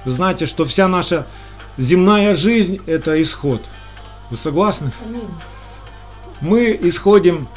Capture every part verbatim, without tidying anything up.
знаете, что вся наша земная жизнь – это исход. Вы согласны? Мы исходим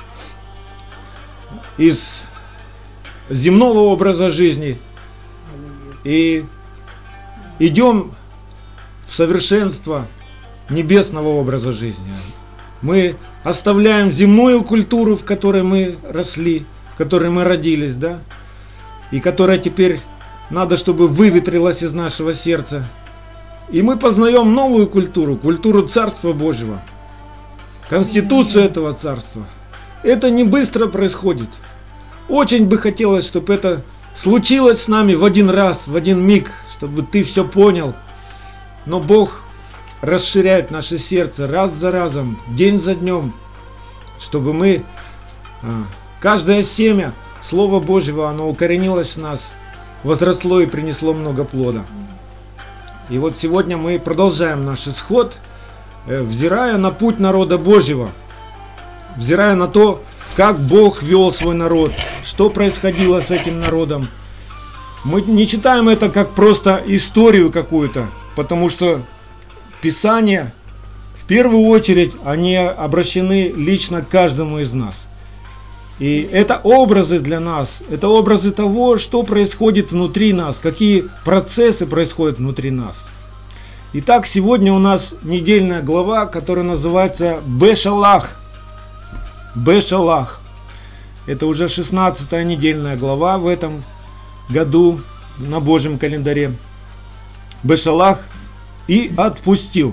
из земного образа жизни и идем в совершенство небесного образа жизни. Мы оставляем земную культуру, в которой мы росли, в которой мы родились, да, и которая теперь надо, чтобы выветрилась из нашего сердца. И мы познаем новую культуру, культуру Царства Божьего, конституцию этого Царства. Это не быстро происходит. Очень бы хотелось, чтобы это случилось с нами в один раз, в один миг, чтобы ты все понял. Но Бог расширяет наше сердце раз за разом, день за днем, чтобы мы, каждое семя Слова Божьего, оно укоренилось в нас, возросло и принесло много плода. И вот сегодня мы продолжаем наш исход, взирая на путь народа Божьего, взирая на то, как Бог вел свой народ, что происходило с этим народом. Мы не читаем это как просто историю какую-то, потому что Писания, в первую очередь, они обращены лично к каждому из нас. И это образы для нас, это образы того, что происходит внутри нас, какие процессы происходят внутри нас. Итак, сегодня у нас недельная глава, которая называется Бешалах. Бешалах. Это уже шестнадцатая недельная глава в этом году на Божьем календаре. Бешалах и отпустил.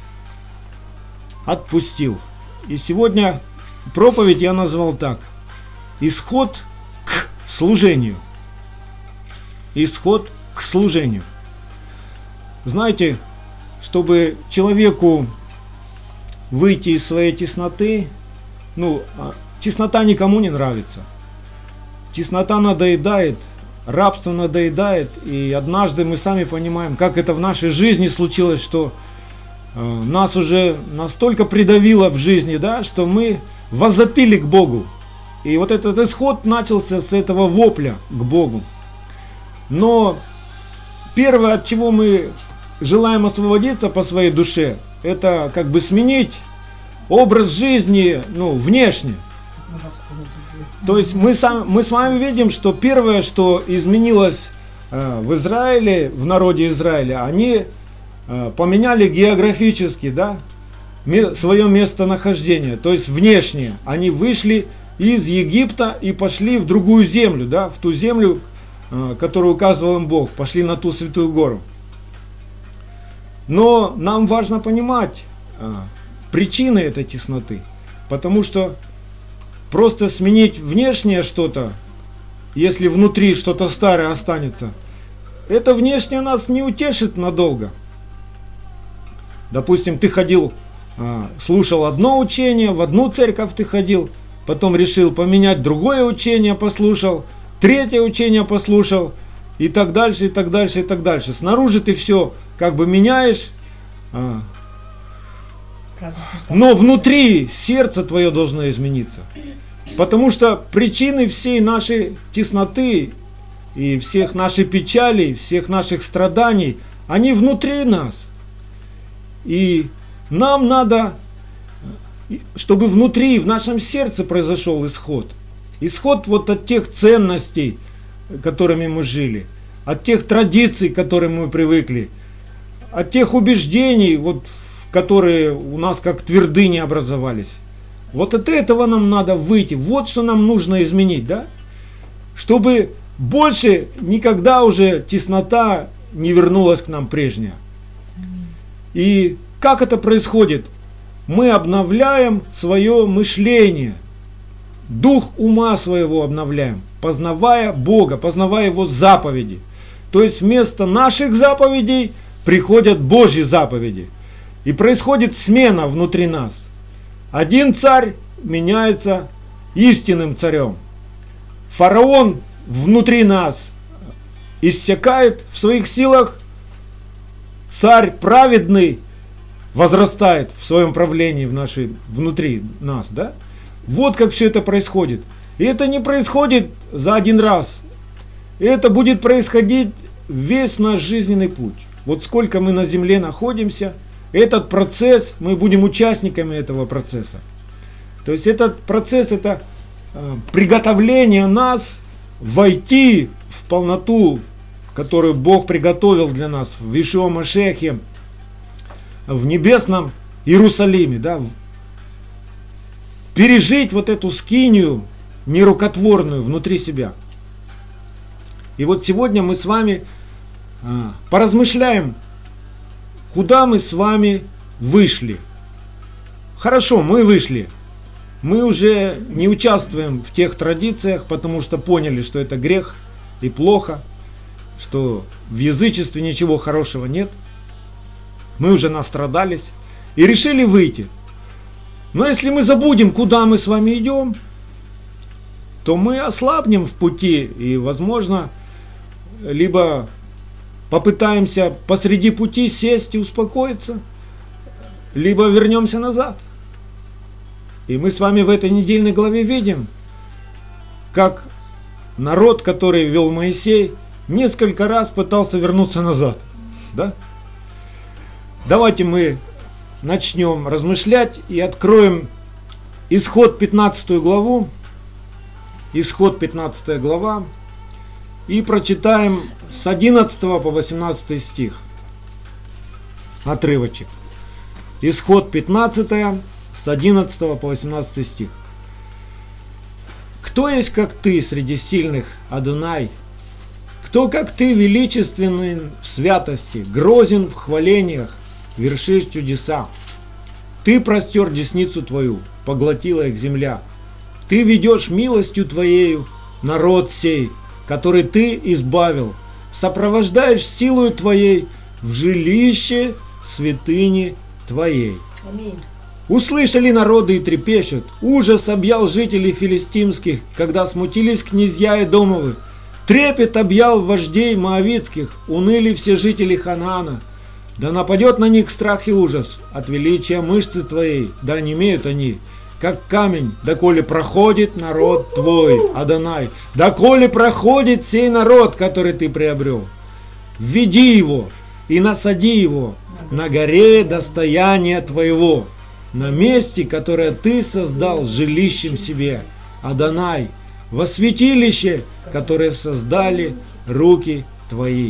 Отпустил. И сегодня проповедь я назвал так. Исход к служению. Исход к служению. Знаете, чтобы человеку выйти из своей тесноты, ну, теснота никому не нравится. Теснота надоедает, рабство надоедает, и однажды мы сами понимаем, как это в нашей жизни случилось, что э, нас уже настолько придавило в жизни, да, что мы возопили к Богу. И вот этот исход начался с этого вопля к Богу. Но первое, от чего мы желаем освободиться по своей душе, это как бы сменить образ жизни, ну, внешне. То есть мы, сам, мы с вами видим, что первое, что изменилось э, в Израиле, в народе Израиля, они э, поменяли географически, да, ме, свое местонахождение, то есть внешне. Они вышли из Египта и пошли в другую землю, да, в ту землю, э, которую указывал им Бог, пошли на ту святую гору. Но нам важно понимать э, причины этой тесноты, потому что просто сменить внешнее что-то, если внутри что-то старое останется, это внешнее нас не утешит надолго. Допустим, ты ходил, слушал одно учение, в одну церковь ты ходил, потом решил поменять другое учение, послушал, третье учение послушал, и так дальше, и так дальше, и так дальше. Снаружи ты все как бы меняешь, но внутри сердце твое должно измениться. Потому что причины всей нашей тесноты и всех наших печалей, всех наших страданий, они внутри нас. И нам надо, чтобы внутри, в нашем сердце произошел исход. Исход вот от тех ценностей, которыми мы жили, от тех традиций, к которым мы привыкли, от тех убеждений, вот, которые у нас как твердыни образовались. Вот от этого нам надо выйти. Вот что нам нужно изменить, да? Чтобы больше никогда уже теснота не вернулась к нам прежняя. И как это происходит? Мы обновляем свое мышление. Дух ума своего обновляем, познавая Бога, познавая Его заповеди. То есть вместо наших заповедей приходят Божьи заповеди. И происходит смена внутри нас. Один царь меняется истинным царем. Фараон внутри нас иссякает в своих силах. Царь праведный возрастает в своем правлении в нашей, внутри нас. Да? Вот как все это происходит. И это не происходит за один раз. И это будет происходить весь наш жизненный путь. вот сколько мы на земле находимся, этот процесс, мы будем участниками этого процесса. То есть этот процесс, это э, приготовление нас войти в полноту, которую Бог приготовил для нас в Иешуа Машиахе, в небесном Иерусалиме, да, пережить вот эту скинию нерукотворную внутри себя. И вот сегодня мы с вами а, поразмышляем, куда мы с вами вышли. Хорошо, мы вышли. Мы уже не участвуем в тех традициях, потому что поняли, что это грех и плохо, что в язычестве ничего хорошего нет. Мы уже настрадались и решили выйти. Но если мы забудем, куда мы с вами идем, то мы ослабнем в пути и, возможно, либо попытаемся посреди пути сесть и успокоиться, либо вернемся назад. И мы с вами в этой недельной главе видим, как народ, который вел Моисей, несколько раз пытался вернуться назад. Да? Давайте мы начнем размышлять и откроем Исход пятнадцатую главу. Исход пятнадцатая глава. И прочитаем с одиннадцатого по восемнадцатый стих. Отрывочек. Исход пятнадцатая, с одиннадцатого по восемнадцатый стих. «Кто есть, как ты, среди сильных, Адонай? Кто, как ты, величественный в святости, грозен в хвалениях, вершишь чудеса? Ты простер десницу твою, поглотила их земля. Ты ведешь милостью твоею народ сей, который ты избавил, сопровождаешь силою твоей в жилище святыни твоей. Аминь. Услышали народы и трепещут, ужас объял жителей филистимских, когда смутились князья Эдомовы. Трепет объял вождей моавитских, уныли все жители Ханаана. Да нападет на них страх и ужас от величия мышцы твоей, да онемеют они, как камень, доколе проходит народ твой, Адонай, доколе проходит сей народ, который ты приобрел. Введи его и насади его на горе достояния твоего, на месте, которое ты создал жилищем себе, Адонай, во святилище, которое создали руки твои».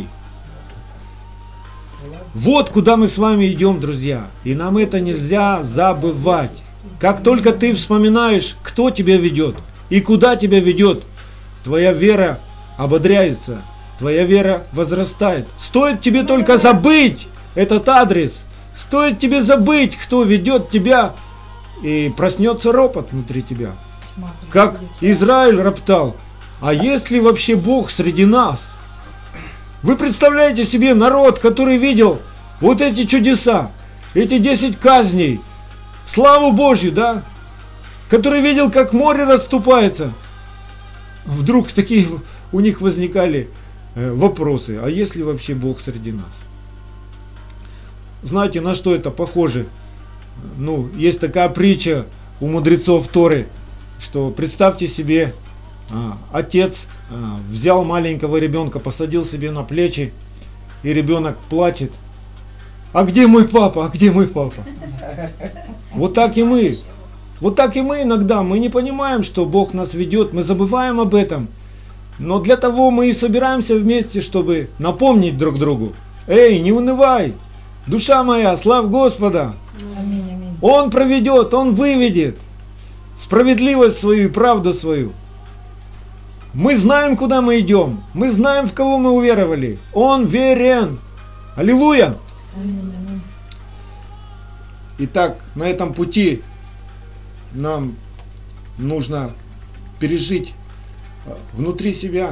Вот куда мы с вами идем, друзья, и нам это нельзя забывать. Как только ты вспоминаешь, кто тебя ведет и куда тебя ведет, твоя вера ободряется, твоя вера возрастает. Стоит тебе только забыть этот адрес, стоит тебе забыть, кто ведет тебя, и проснется ропот внутри тебя. Как Израиль роптал: а есть ли вообще Бог среди нас? Вы представляете себе народ, который видел вот эти чудеса, эти десять казней, славу Божью, да? Который видел, как море расступается. Вдруг такие у них возникали вопросы: а есть ли вообще Бог среди нас? Знаете, на что это похоже? Ну, есть такая притча у мудрецов Торы, что представьте себе, а, отец а, взял маленького ребенка, посадил себе на плечи, и ребенок плачет: а где мой папа, а где мой папа? Вот так и мы. Вот так и мы иногда, мы не понимаем, что Бог нас ведет, мы забываем об этом. Но для того мы и собираемся вместе, чтобы напомнить друг другу: эй, не унывай, душа моя, славь Господа. Аминь, аминь. Он проведет, Он выведет справедливость свою и правду свою. Мы знаем, куда мы идем, мы знаем, в кого мы уверовали. Он верен. Аллилуйя. Аминь, аминь. Итак, на этом пути нам нужно пережить внутри себя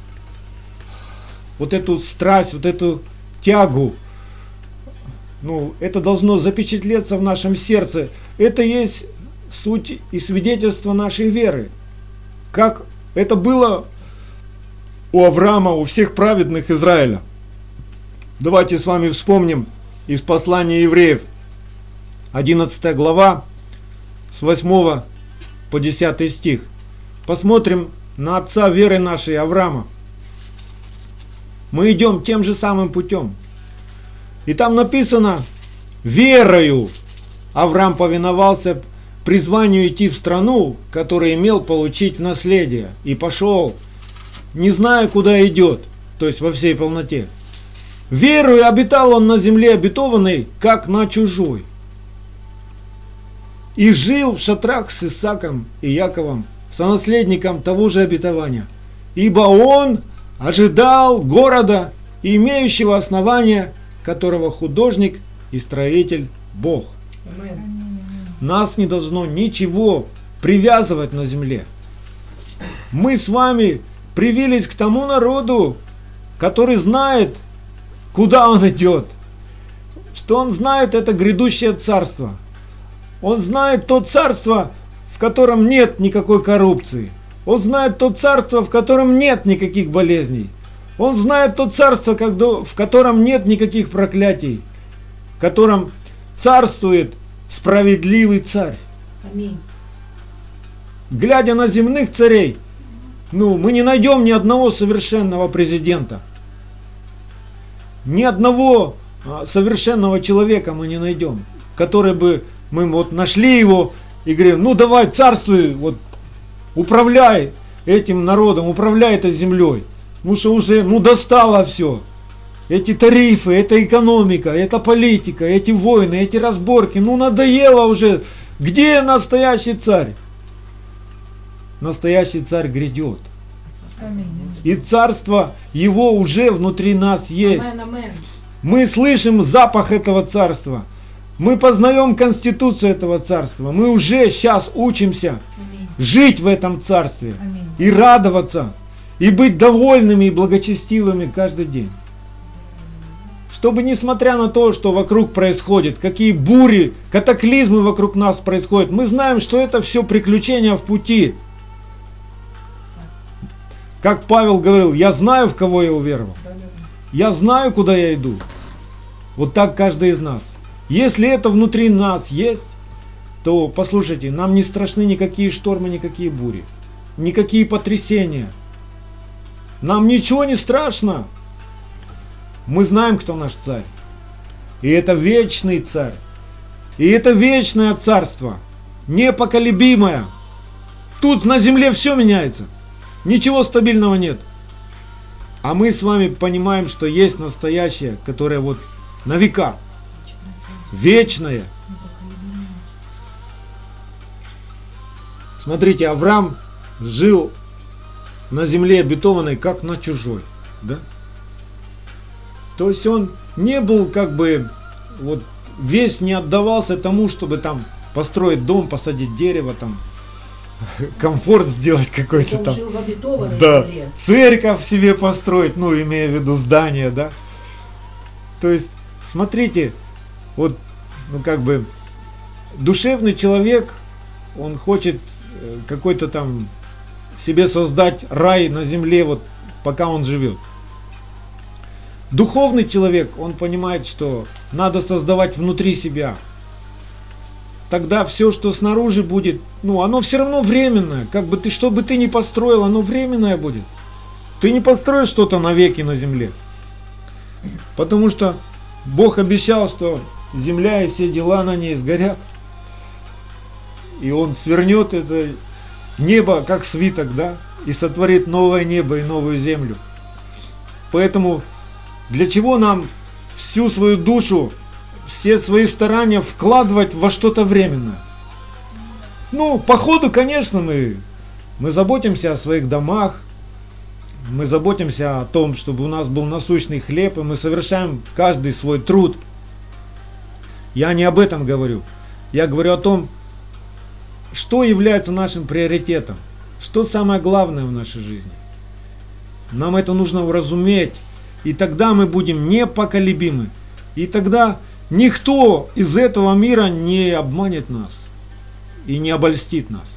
вот эту страсть, вот эту тягу. Ну, это должно запечатлеться в нашем сердце. Это есть суть и свидетельство нашей веры. Как это было у Авраама, у всех праведных Израиля. Давайте с вами вспомним из послания евреев, одиннадцатая глава, с восьмого по десятый стих. Посмотрим на отца веры нашей Авраама. Мы идем тем же самым путем. И там написано: верою Авраам повиновался призванию идти в страну, которую имел получить в наследие, и пошел, не зная, куда идет, то есть во всей полноте. Верою обитал он на земле обетованной, как на чужой. И жил в шатрах с Исааком и Яковом, сонаследником того же обетования. Ибо он ожидал города, имеющего основания, которого художник и строитель Бог. Нас не должно ничего привязывать на земле. Мы с вами привились к тому народу, который знает, куда он идет. Что он знает, это грядущее царство. Он знает то царство, в котором нет никакой коррупции. Он знает то царство, в котором нет никаких болезней. Он знает то царство, в котором нет никаких проклятий, в котором царствует справедливый царь. Аминь. Глядя на земных царей, ну, мы не найдем ни одного совершенного президента. Ни одного а, совершенного человека мы не найдем, который бы мы вот нашли его и говорим: ну давай, царствуй, вот, управляй этим народом, управляй этой землей. Потому что уже, ну, достало все. Эти тарифы, эта экономика, эта политика, эти войны, эти разборки, ну надоело уже. Где настоящий царь? Настоящий царь грядет. Аминь. И царство его уже внутри нас есть. Амен, амен. Мы слышим запах этого царства. Мы познаем конституцию этого царства. Мы уже сейчас учимся Аминь. жить в этом царстве. Аминь. И радоваться. И быть довольными и благочестивыми каждый день. Чтобы, несмотря на то, что вокруг происходит, какие бури, катаклизмы вокруг нас происходят, мы знаем, что это все приключения в пути. Как Павел говорил: я знаю, в кого я уверовал. Я знаю, куда я иду. Вот так каждый из нас. Если это внутри нас есть, то, послушайте, нам не страшны никакие штормы, никакие бури, никакие потрясения. Нам ничего не страшно. Мы знаем, кто наш царь. И это вечный царь. И это вечное царство. Непоколебимое. Тут на земле все меняется. Ничего стабильного нет. А мы с вами понимаем, что есть настоящее, которое вот на века. Вечное. Смотрите, Авраам жил на земле обетованной, как на чужой. Да? То есть он не был как бы, вот весь не отдавался тому, чтобы там построить дом, посадить дерево, там комфорт сделать какой-то там. Жил в обетованной Да, земле. церковь себе построить, ну, имея в виду здание, да. То есть, смотрите, вот, ну, как бы, душевный человек, он хочет э, какой-то там себе создать рай на земле, вот, пока он живет. Духовный человек, он понимает, что надо создавать внутри себя. Тогда все, что снаружи будет, ну, оно все равно временное. Как бы ты, что бы ты ни построил, оно временное будет. Ты не построишь что-то навеки на земле. Потому что Бог обещал, что земля и все дела на ней сгорят. И Он свернет это небо, как свиток, да, и сотворит новое небо и новую землю. Поэтому для чего нам всю свою душу, все свои старания вкладывать во что-то временное? Ну, по ходу, конечно, мы, мы заботимся о своих домах, мы заботимся о том, чтобы у нас был насущный хлеб, и мы совершаем каждый свой труд. Я не об этом говорю. Я говорю о том, что является нашим приоритетом, что самое главное в нашей жизни. Нам это нужно уразуметь. И тогда мы будем непоколебимы. И тогда никто из этого мира не обманет нас и не обольстит нас.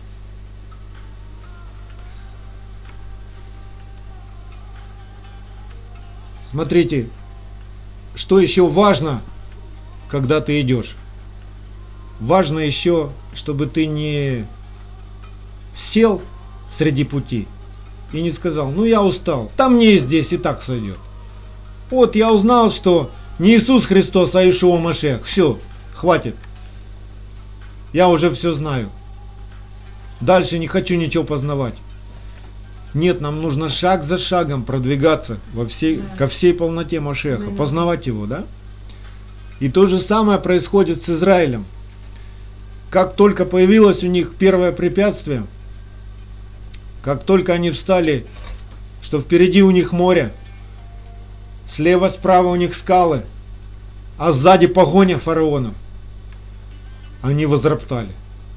Смотрите, что еще важно, когда ты идешь. Важно еще, чтобы ты не сел среди пути и не сказал: ну я устал, там мне и здесь и так сойдет. Вот я узнал, что Не Иисус Христос, а Иешуа Машиах. Все, хватит. Я уже все знаю. Дальше не хочу ничего познавать. Нет, нам нужно шаг за шагом продвигаться во всей, ко всей полноте Машиаха, познавать его, да? И то же самое происходит с Израилем. Как только появилось у них первое препятствие, как только они встали, что впереди у них море, слева, справа у них скалы, а сзади погоня фараонов, они возроптали.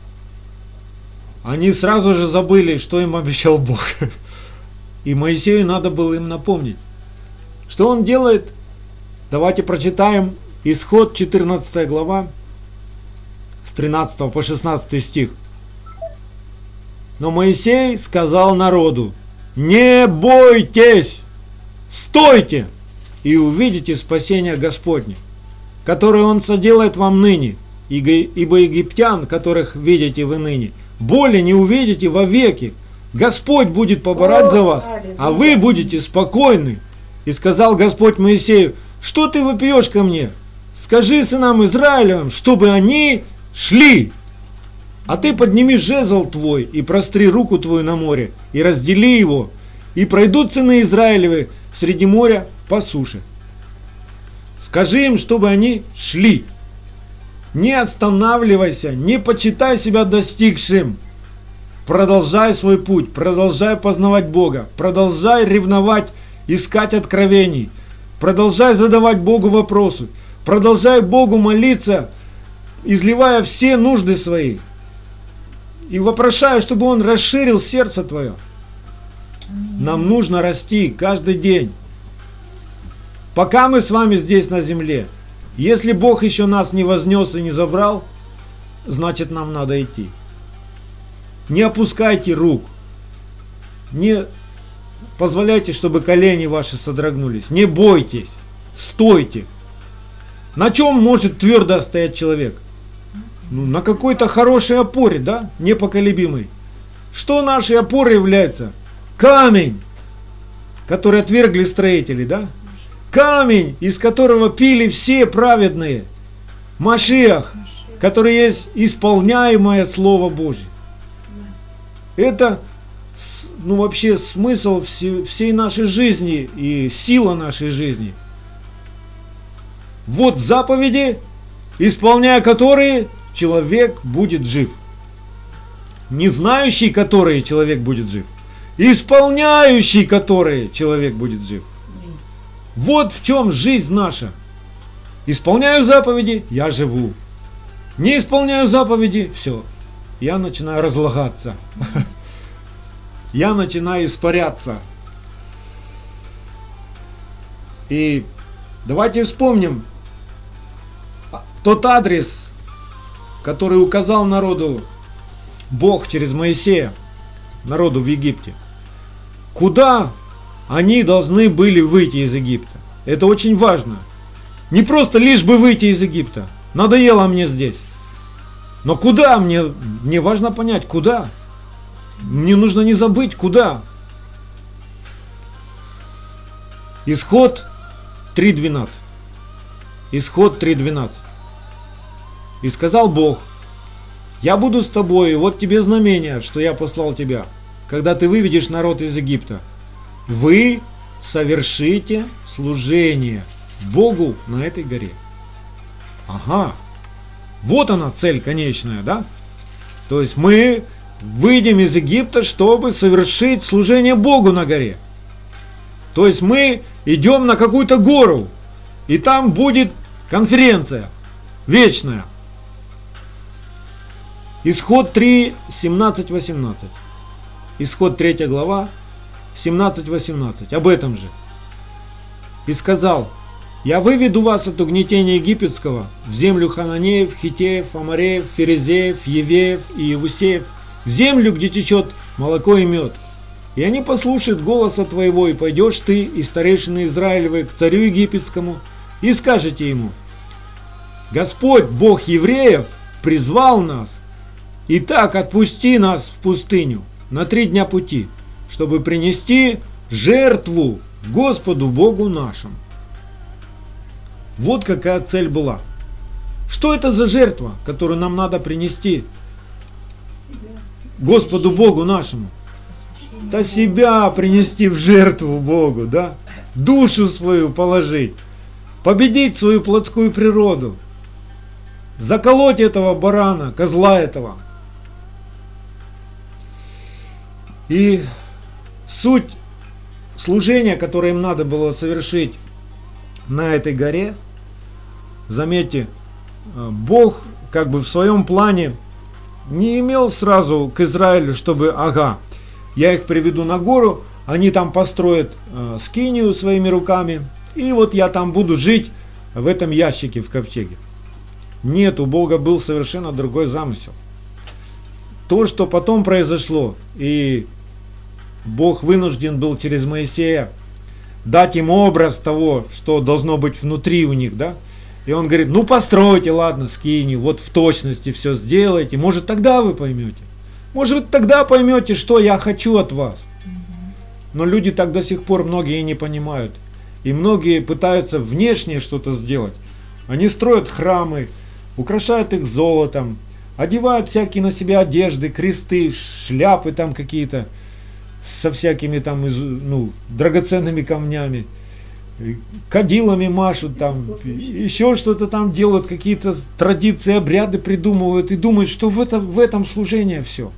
Они сразу же забыли, что им обещал Бог. И Моисею надо было им напомнить. Что он делает? Давайте прочитаем Исход, четырнадцатая глава, с тринадцатого по шестнадцатый стих. Но Моисей сказал народу: не бойтесь, стойте, и увидите спасение Господне, которое Он соделает вам ныне, ибо египтян, которых видите вы ныне, боли не увидите вовеки. Господь будет поборать за вас, а вы будете спокойны. И сказал Господь Моисею: что ты вопиешь ко мне? Скажи сынам Израилевым, чтобы они шли. А ты подними жезл твой и простри руку твою на море, и раздели его, и пройдут сыны Израилевы среди моря по суше. Скажи им, чтобы они шли. Не останавливайся, не почитай себя достигшим. Продолжай свой путь, продолжай познавать Бога, продолжай ревновать, искать откровений, продолжай задавать Богу вопросы, продолжай Богу молиться, изливая все нужды свои, и вопрошая, чтобы Он расширил сердце твое. Нам нужно расти каждый день. Пока мы с вами здесь на земле, если Бог еще нас не вознес и не забрал, значит нам надо идти. Не опускайте рук. Не позволяйте, чтобы колени ваши содрогнулись. Не бойтесь. Стойте. На чем может твердо стоять человек? Ну, на какой-то хорошей опоре, да? Непоколебимой. Что нашей опорой является? Камень, который отвергли строители, да? Камень, из которого пили все праведные. Машиах, который есть исполняемое Слово Божье. Это, ну, вообще смысл всей нашей жизни и сила нашей жизни. Вот заповеди, исполняя которые человек будет жив. Не знающий которые человек будет жив. Исполняющий которые человек будет жив. Вот в чем жизнь наша. Исполняю заповеди, я живу. Не исполняю заповеди, все. Я начинаю разлагаться. Я начинаю испаряться. И давайте вспомним тот адрес, который указал народу Бог через Моисея, народу в Египте. Куда они должны были выйти из Египта? Это очень важно. Не просто лишь бы выйти из Египта. Надоело мне здесь. Но куда? Мне, мне важно понять, куда. Мне нужно не забыть, куда. Исход три двенадцать. Исход три двенадцать. И сказал Бог: я буду с тобой, вот тебе знамение, что я послал тебя, когда ты выведешь народ из Египта. Вы совершите служение Богу на этой горе. Ага. Вот она цель конечная, да? То есть мы выйдем из Египта, чтобы совершить служение Богу на горе. То есть мы идем на какую-то гору, и там будет конференция вечная. Исход три, семнадцать восемнадцать. Исход третья глава, семнадцать восемнадцать. Об этом же. И сказал: я выведу вас от угнетения египетского в землю хананеев, хитеев, амореев, ферезеев, евеев и евусеев, в землю, где течет молоко и мед. И они послушают голоса твоего, и пойдешь ты и старейшины Израилевы к царю египетскому, и скажете ему: Господь, Бог евреев, призвал нас, и так отпусти нас в пустыню на три дня пути, чтобы принести жертву Господу Богу нашему. Вот какая цель была. Что это за жертва, которую нам надо принести Господу Богу нашему? Да себя принести в жертву Богу, да? Душу свою положить, победить свою плотскую природу, заколоть этого барана, козла этого. И суть служения, которое им надо было совершить на этой горе, заметьте, Бог как бы в своем плане не имел сразу к Израилю, чтобы, ага, я их приведу на гору, они там построят э, скинию своими руками, и вот я там буду жить в этом ящике, в ковчеге. Нет, у Бога был совершенно другой замысел. То, что потом произошло, и Бог вынужден был через Моисея дать им образ того, что должно быть внутри у них, да? И он говорит, ну постройте, ладно, скинию, вот в точности все сделайте, может тогда вы поймете. Может вы тогда поймете, что я хочу от вас. Но люди так до сих пор многие и не понимают. И многие пытаются внешне что-то сделать. Они строят храмы, украшают их золотом, одевают всякие на себя одежды, кресты, шляпы там какие-то со всякими там ну, драгоценными камнями, кадилами машут там, еще что-то там делают, какие-то традиции, обряды придумывают и думают, что в этом, в этом служение все.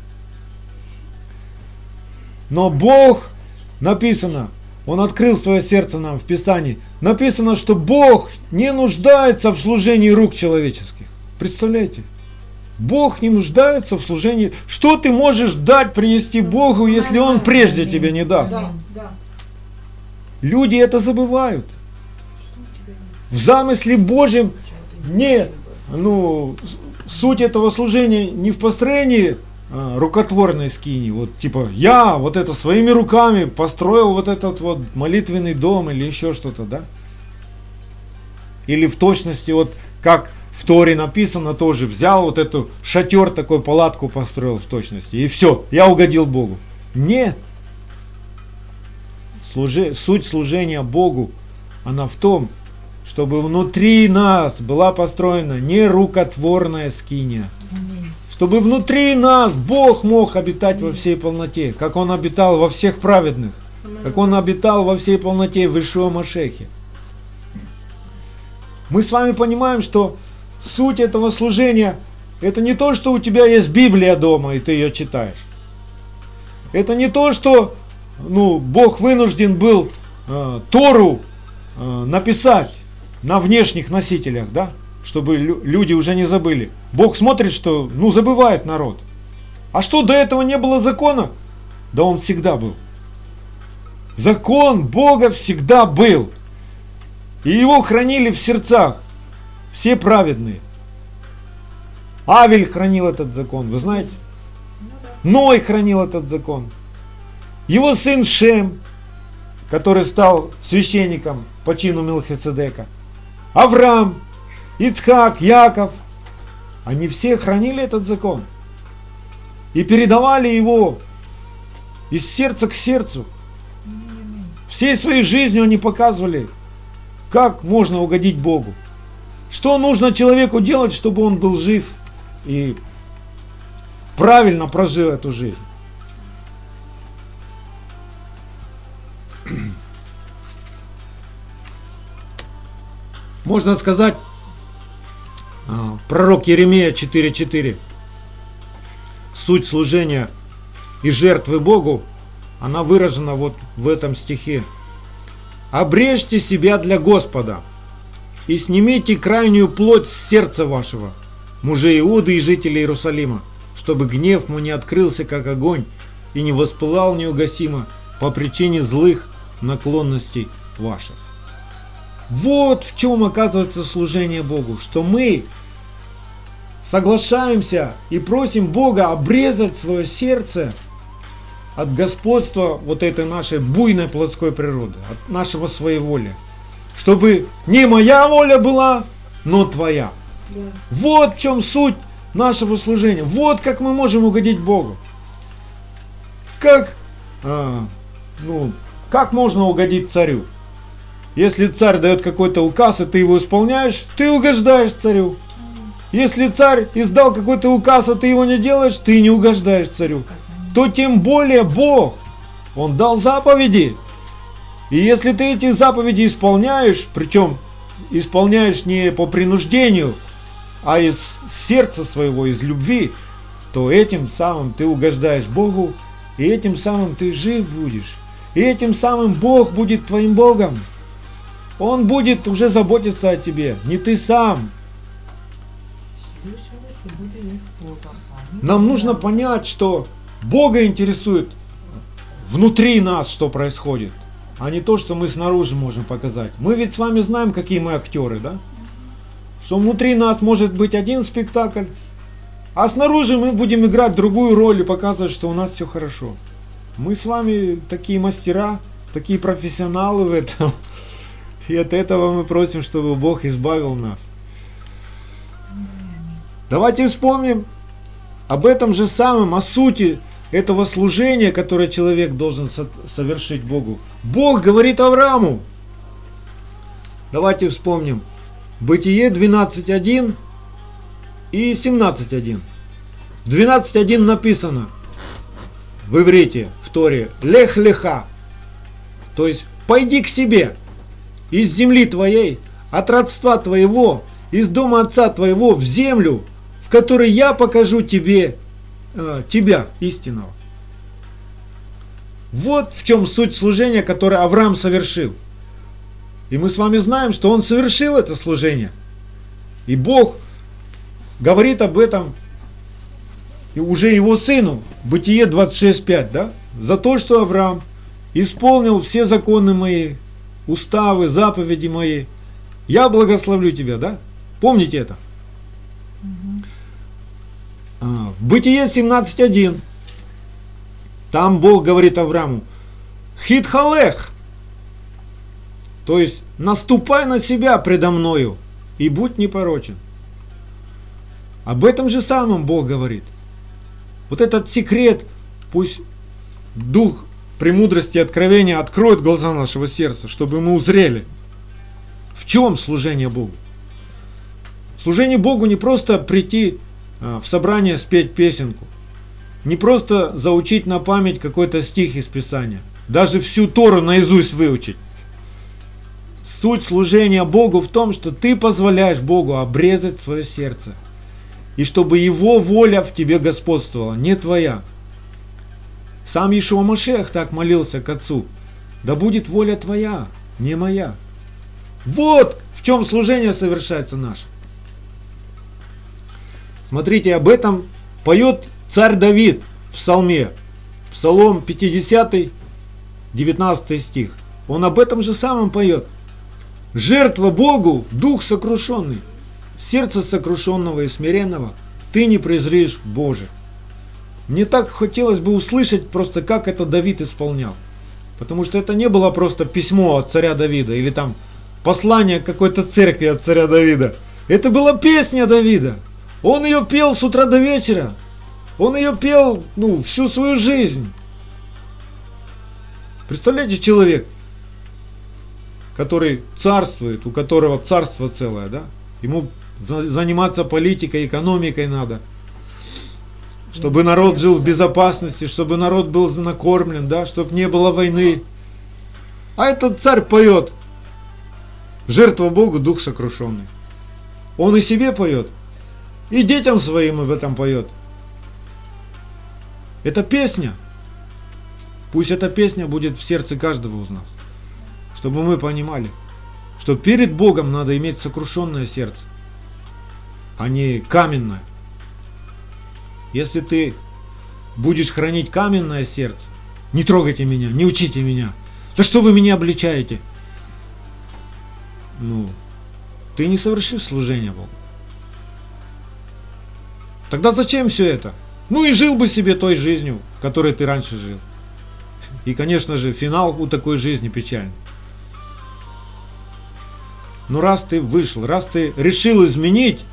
Но Бог, написано, Он открыл свое сердце нам в Писании, написано, что Бог не нуждается в служении рук человеческих. Представляете? Бог не нуждается в служении. Что ты можешь дать, принести Богу, если Он прежде тебе не даст? Да, да. Люди это забывают. В замысле Божьем не, ну, суть этого служения не в построении а, рукотворной скинии. Вот типа я вот это своими руками построил вот этот вот молитвенный дом или еще что-то, да? Или в точности вот как в Торе написано тоже, взял вот эту шатер, такой палатку построил в точности. И все, я угодил Богу. Нет. Служи, суть служения Богу, она в том, чтобы внутри нас была построена не рукотворная скиния. Чтобы внутри нас Бог мог обитать во всей полноте, как Он обитал во всех праведных, как Он обитал во всей полноте в Иешуа Машехе. Мы с вами понимаем, что суть этого служения, это не то, что у тебя есть Библия дома, и ты ее читаешь. Это не то, что ну, Бог вынужден был э, Тору э, написать на внешних носителях, да, чтобы лю- люди уже не забыли. Бог смотрит, что, ну, забывает народ. А что, до этого не было закона? Да он всегда был. Закон Бога всегда был. И его хранили в сердцах все праведные. Авель хранил этот закон, вы знаете? Ной хранил этот закон. Его сын Шем, который стал священником по чину Мелхиседека. Авраам, Ицхак, Яков. Они все хранили этот закон. И передавали его из сердца к сердцу. Всей своей жизнью они показывали, как можно угодить Богу. Что нужно человеку делать, чтобы он был жив и правильно прожил эту жизнь. Можно сказать, пророк Иеремия четыре четыре. Суть служения и жертвы Богу, она выражена вот в этом стихе. «Обрежьте себя для Господа и снимите крайнюю плоть с сердца вашего, мужей Иуды и жителей Иерусалима, чтобы гнев мой не открылся, как огонь, и не воспылал неугасимо по причине злых наклонностей ваших». Вот в чем оказывается служение Богу, что мы соглашаемся и просим Бога обрезать свое сердце от господства вот этой нашей буйной плотской природы, от нашего своеволия, чтобы не моя воля была, но твоя. Да. Вот в чем суть нашего служения. Вот как мы можем угодить Богу. Как, а, ну, как можно угодить царю? Если царь дает какой-то указ, и ты его исполняешь, ты угождаешь царю. Если царь издал какой-то указ, а ты его не делаешь, ты не угождаешь царю. То тем более Бог, Он дал заповеди. И если ты эти заповеди исполняешь, причем исполняешь не по принуждению, а из сердца своего, из любви, то этим самым ты угождаешь Богу, и этим самым ты жив будешь. И этим самым Бог будет твоим Богом. Он будет уже заботиться о тебе, не ты сам. Нам нужно понять, что Бога интересует внутри нас, что происходит, а не то, что мы снаружи можем показать. Мы ведь с вами знаем, какие мы актеры, да? Что внутри нас может быть один спектакль, а снаружи мы будем играть другую роль и показывать, что у нас все хорошо. Мы с вами такие мастера, такие профессионалы в этом. И от этого мы просим, чтобы Бог избавил нас. Давайте вспомним об этом же самом, о сути этого служения, которое человек должен совершить Богу. Бог говорит Аврааму. Давайте вспомним. Бытие двенадцать один и семнадцать один. В двенадцать один написано в иврите, в Торе, «Лех леха», то есть «пойди к себе из земли твоей, от родства твоего, из дома отца твоего в землю, в которой я покажу тебе, э, тебя, истинного». Вот в чем суть служения, которое Авраам совершил. И мы с вами знаем, что он совершил это служение. И Бог говорит об этом и уже его сыну, Бытие двадцать шесть пять, да? За то, что Авраам исполнил все законы мои, уставы, заповеди мои, я благословлю тебя, да? Помните это? Угу. А, в Бытие семнадцать один там Бог говорит Аврааму: «Хитхалех», то есть наступай на себя предо мною и будь непорочен. Об этом же самом Бог говорит. Вот этот секрет, пусть Дух премудрости и откровения откроет глаза нашего сердца, чтобы мы узрели, в чем служение Богу. Служение Богу не просто прийти в собрание, спеть песенку, не просто заучить на память какой-то стих из Писания, даже всю Тору наизусть выучить. Суть служения Богу в том, что ты позволяешь Богу обрезать свое сердце, и чтобы Его воля в тебе господствовала, не твоя. Сам Иешуа Машиах так молился к Отцу: да будет воля твоя, не моя. Вот в чем служение совершается наше. Смотрите, об этом поет царь Давид в псалме, Псалом пятидесятый, девятнадцатый стих. Он об этом же самом поет. «Жертва Богу, дух сокрушенный, сердце сокрушенного и смиренного ты не презришь, Боже». Мне так хотелось бы услышать просто, как это Давид исполнял. Потому что это не было просто письмо от царя Давида или там послание какой-то церкви от царя Давида. Это была песня Давида. Он ее пел с утра до вечера. Он ее пел, ну, всю свою жизнь. Представляете, человек, который царствует, у которого царство целое, да? Ему заниматься политикой, экономикой надо. Чтобы народ жил в безопасности, чтобы народ был накормлен, да? Чтобы не было войны. А этот царь поет: «Жертва Богу, дух сокрушенный». Он и себе поет, и детям своим об этом поет. Это песня. Пусть эта песня будет в сердце каждого из нас, чтобы мы понимали, что перед Богом надо иметь сокрушенное сердце, а не каменное. Если ты будешь хранить каменное сердце, не трогайте меня, не учите меня, да что вы меня обличаете? Ну, ты не совершишь служение Богу. Тогда зачем все это? Ну и жил бы себе той жизнью, которой ты раньше жил. И, конечно же, финал у такой жизни печальный. Но раз ты вышел, раз ты решил изменить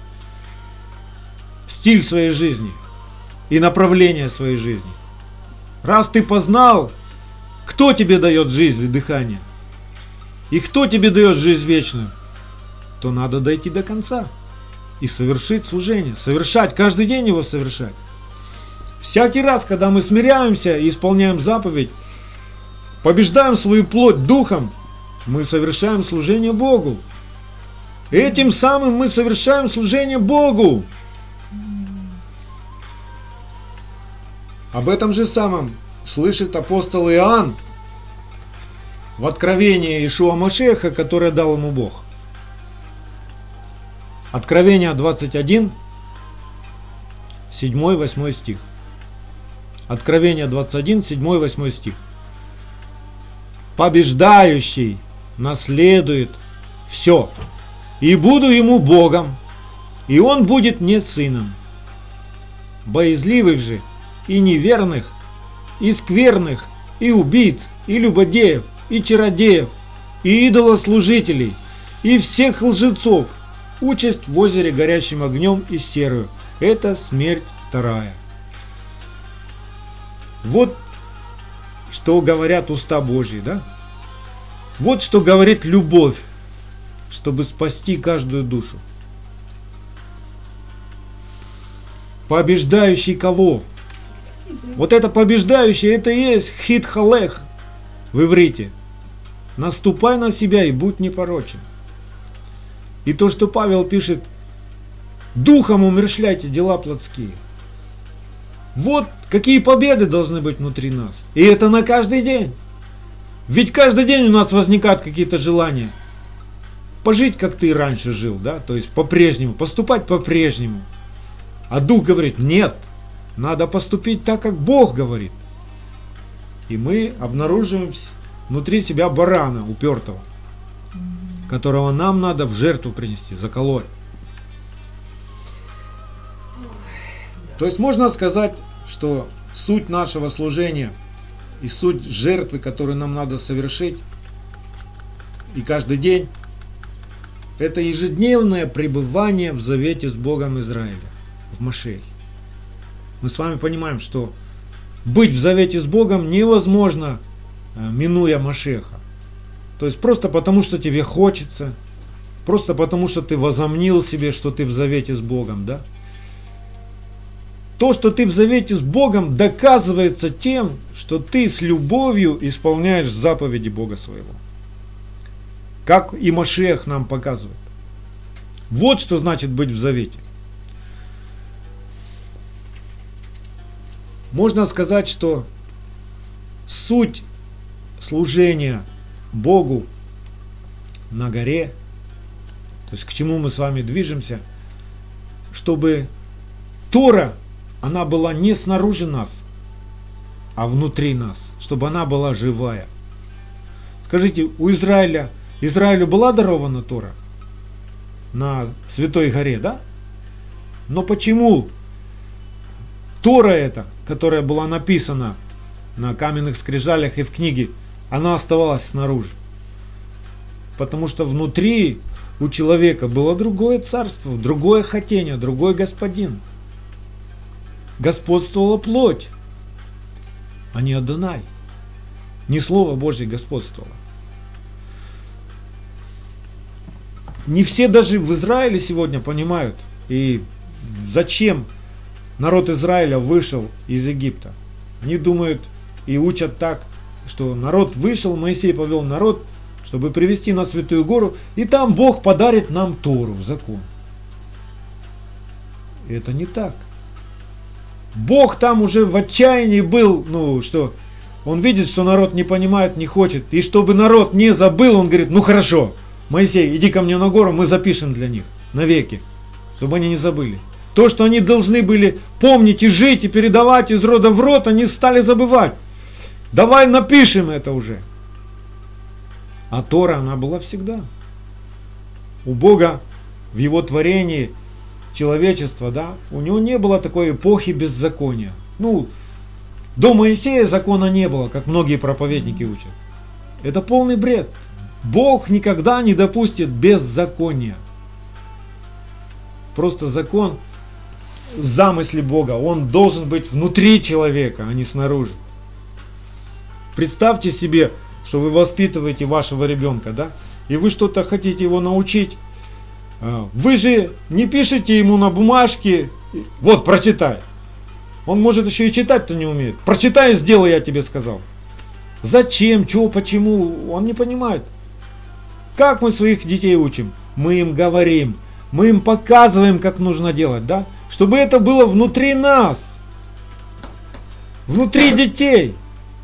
стиль своей жизни и направление своей жизни, раз ты познал, кто тебе дает жизнь и дыхание, и кто тебе дает жизнь вечную, то надо дойти до конца и совершить служение, совершать, каждый день его совершать. Всякий раз, когда мы смиряемся и исполняем заповедь, побеждаем свою плоть духом, мы совершаем служение Богу. Этим самым мы совершаем служение Богу. Об этом же самом слышит апостол Иоанн в откровении Иешуа Машеха, которое дал ему Бог. Откровение двадцать один, седьмой-восьмой стих. Откровение двадцать один, седьмой-восьмой стих. Побеждающий наследует все, и буду ему Богом, и он будет мне сыном. Боязливых же и неверных, и скверных, и убийц, и любодеев, и чародеев, и идолослужителей, и всех лжецов участь в озере горящим огнем и серою. Это смерть вторая. Вот что говорят уста Божьи, да? Вот что говорит любовь, чтобы спасти каждую душу. Побеждающий кого? Вот это побеждающий, это и есть хит халех в иврите. Наступай на себя и будь непорочен. И то, что Павел пишет, духом умерщвляйте дела плотские. Вот какие победы должны быть внутри нас. И это на каждый день. Ведь каждый день у нас возникают какие-то желания. Пожить, как ты раньше жил, да? То есть по-прежнему, поступать по-прежнему. А дух говорит, нет, надо поступить так, как Бог говорит. И мы обнаруживаем внутри себя барана упертого, которого нам надо в жертву принести, заколоть. То есть можно сказать, что суть нашего служения и суть жертвы, которую нам надо совершить, и каждый день, это ежедневное пребывание в завете с Богом Израиля, в Машехе. Мы с вами понимаем, что быть в завете с Богом невозможно, минуя Машеха. То есть просто потому, что тебе хочется, просто потому, что ты возомнил себе, что ты в завете с Богом, да? То, что ты в завете с Богом, доказывается тем, что ты с любовью исполняешь заповеди Бога своего. Как и Машех нам показывает. Вот что значит быть в завете. Можно сказать, что суть служения Богу на горе, то есть к чему мы с вами движемся, чтобы Тора, она была не снаружи нас, а внутри нас, чтобы она была живая. Скажите, у Израиля, Израилю была дарована Тора на Святой горе, да? Но почему Тора эта, которая была написана на каменных скрижалях и в книге, она оставалась снаружи? Потому что внутри у человека было другое царство, другое хотение, другой господин. Господствовала плоть, а не Адонай. Не Слово Божье господствовало. Не все даже в Израиле сегодня понимают, и зачем народ Израиля вышел из Египта. Они думают и учат так, что народ вышел, Моисей повел народ, чтобы привести на Святую Гору, и там Бог подарит нам Тору, закон. И это не так. Бог там уже в отчаянии был, ну что, он видит, что народ не понимает, не хочет. И чтобы народ не забыл, он говорит, ну хорошо, Моисей, иди ко мне на гору, мы запишем для них навеки, чтобы они не забыли. То, что они должны были помнить и жить, и передавать из рода в род, они стали забывать. Давай напишем это уже. А Тора, она была всегда. У Бога в Его творении человечества, да, у него не было такой эпохи беззакония. Ну, до Моисея закона не было, как многие проповедники учат. Это полный бред. Бог никогда не допустит беззакония. Просто закон в замысле Бога, он должен быть внутри человека, а не снаружи. Представьте себе, что вы воспитываете вашего ребенка, да? И вы что-то хотите его научить. Вы же не пишете ему на бумажке, вот, прочитай. Он может еще и читать-то не умеет. Прочитай и сделай, я тебе сказал. Зачем, чего, почему, он не понимает. Как мы своих детей учим? Мы им говорим, мы им показываем, как нужно делать, да? Чтобы это было внутри нас, внутри детей.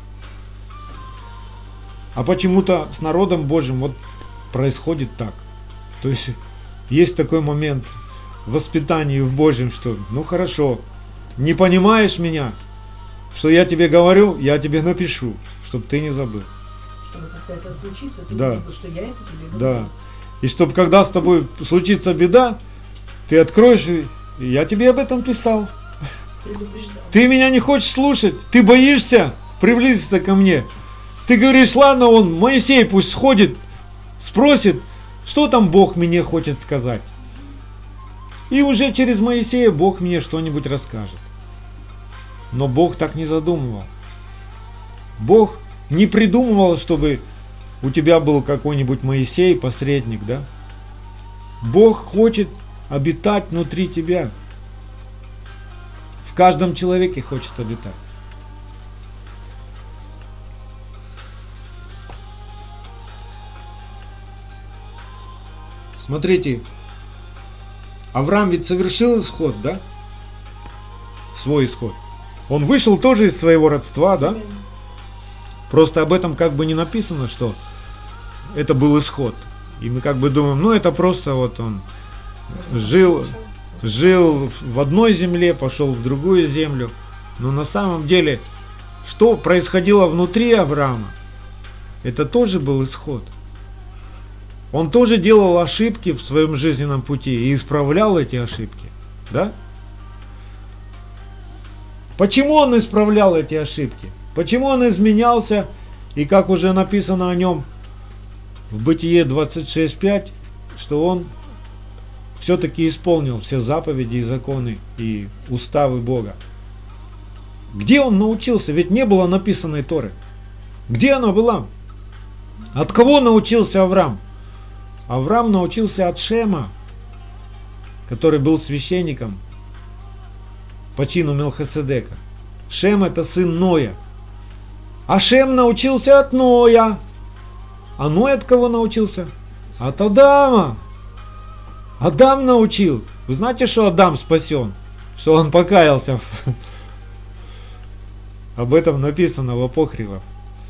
А почему-то с народом Божьим вот происходит так. То есть есть такой момент в воспитании в Божьем, что ну хорошо, не понимаешь меня, что я тебе говорю, я тебе напишу, чтобы ты не забыл. Чтобы когда это случится, ты Да. увидел, что я это тебе говорю. Да. И чтобы когда с тобой случится беда, ты откроешь, и и я тебе об этом писал. Предупреждал. Ты меня не хочешь слушать, ты боишься приблизиться ко мне. Ты говоришь, ладно, он, Моисей пусть сходит, спросит, что там Бог мне хочет сказать. И уже через Моисея Бог мне что-нибудь расскажет. Но Бог так не задумывал. Бог не придумывал, чтобы у тебя был какой-нибудь Моисей, посредник, да? Бог хочет обитать внутри тебя. В каждом человеке хочет обитать. Смотрите, Авраам ведь совершил исход, да? Свой исход. Он вышел тоже из своего родства, да? Просто об этом как бы не написано, что это был исход. И мы как бы думаем, ну это просто вот он жил, жил в одной земле, пошел в другую землю. Но на самом деле, что происходило внутри Авраама, это тоже был исход. Он тоже делал ошибки в своем жизненном пути и исправлял эти ошибки. Да? Почему он исправлял эти ошибки? Почему он изменялся? И как уже написано о нем в Бытие двадцать шесть пять, что он все-таки исполнил все заповеди и законы и уставы Бога. Где он научился? Ведь не было написанной Торы. Где она была? От кого научился Авраам? Авраам научился от Шема, который был священником по чину Мелхиседека. Шем это сын Ноя. А Шем научился от Ноя. А Ной от кого научился? От Адама. Адам научил. Вы знаете, что Адам спасен? Что он покаялся? Об этом написано в апокрифах.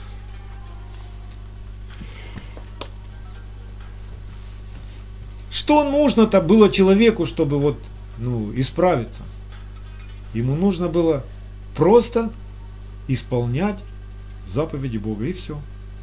Что нужно-то было человеку, чтобы вот, ну, исправиться? Ему нужно было просто исполнять заповеди Бога, и все.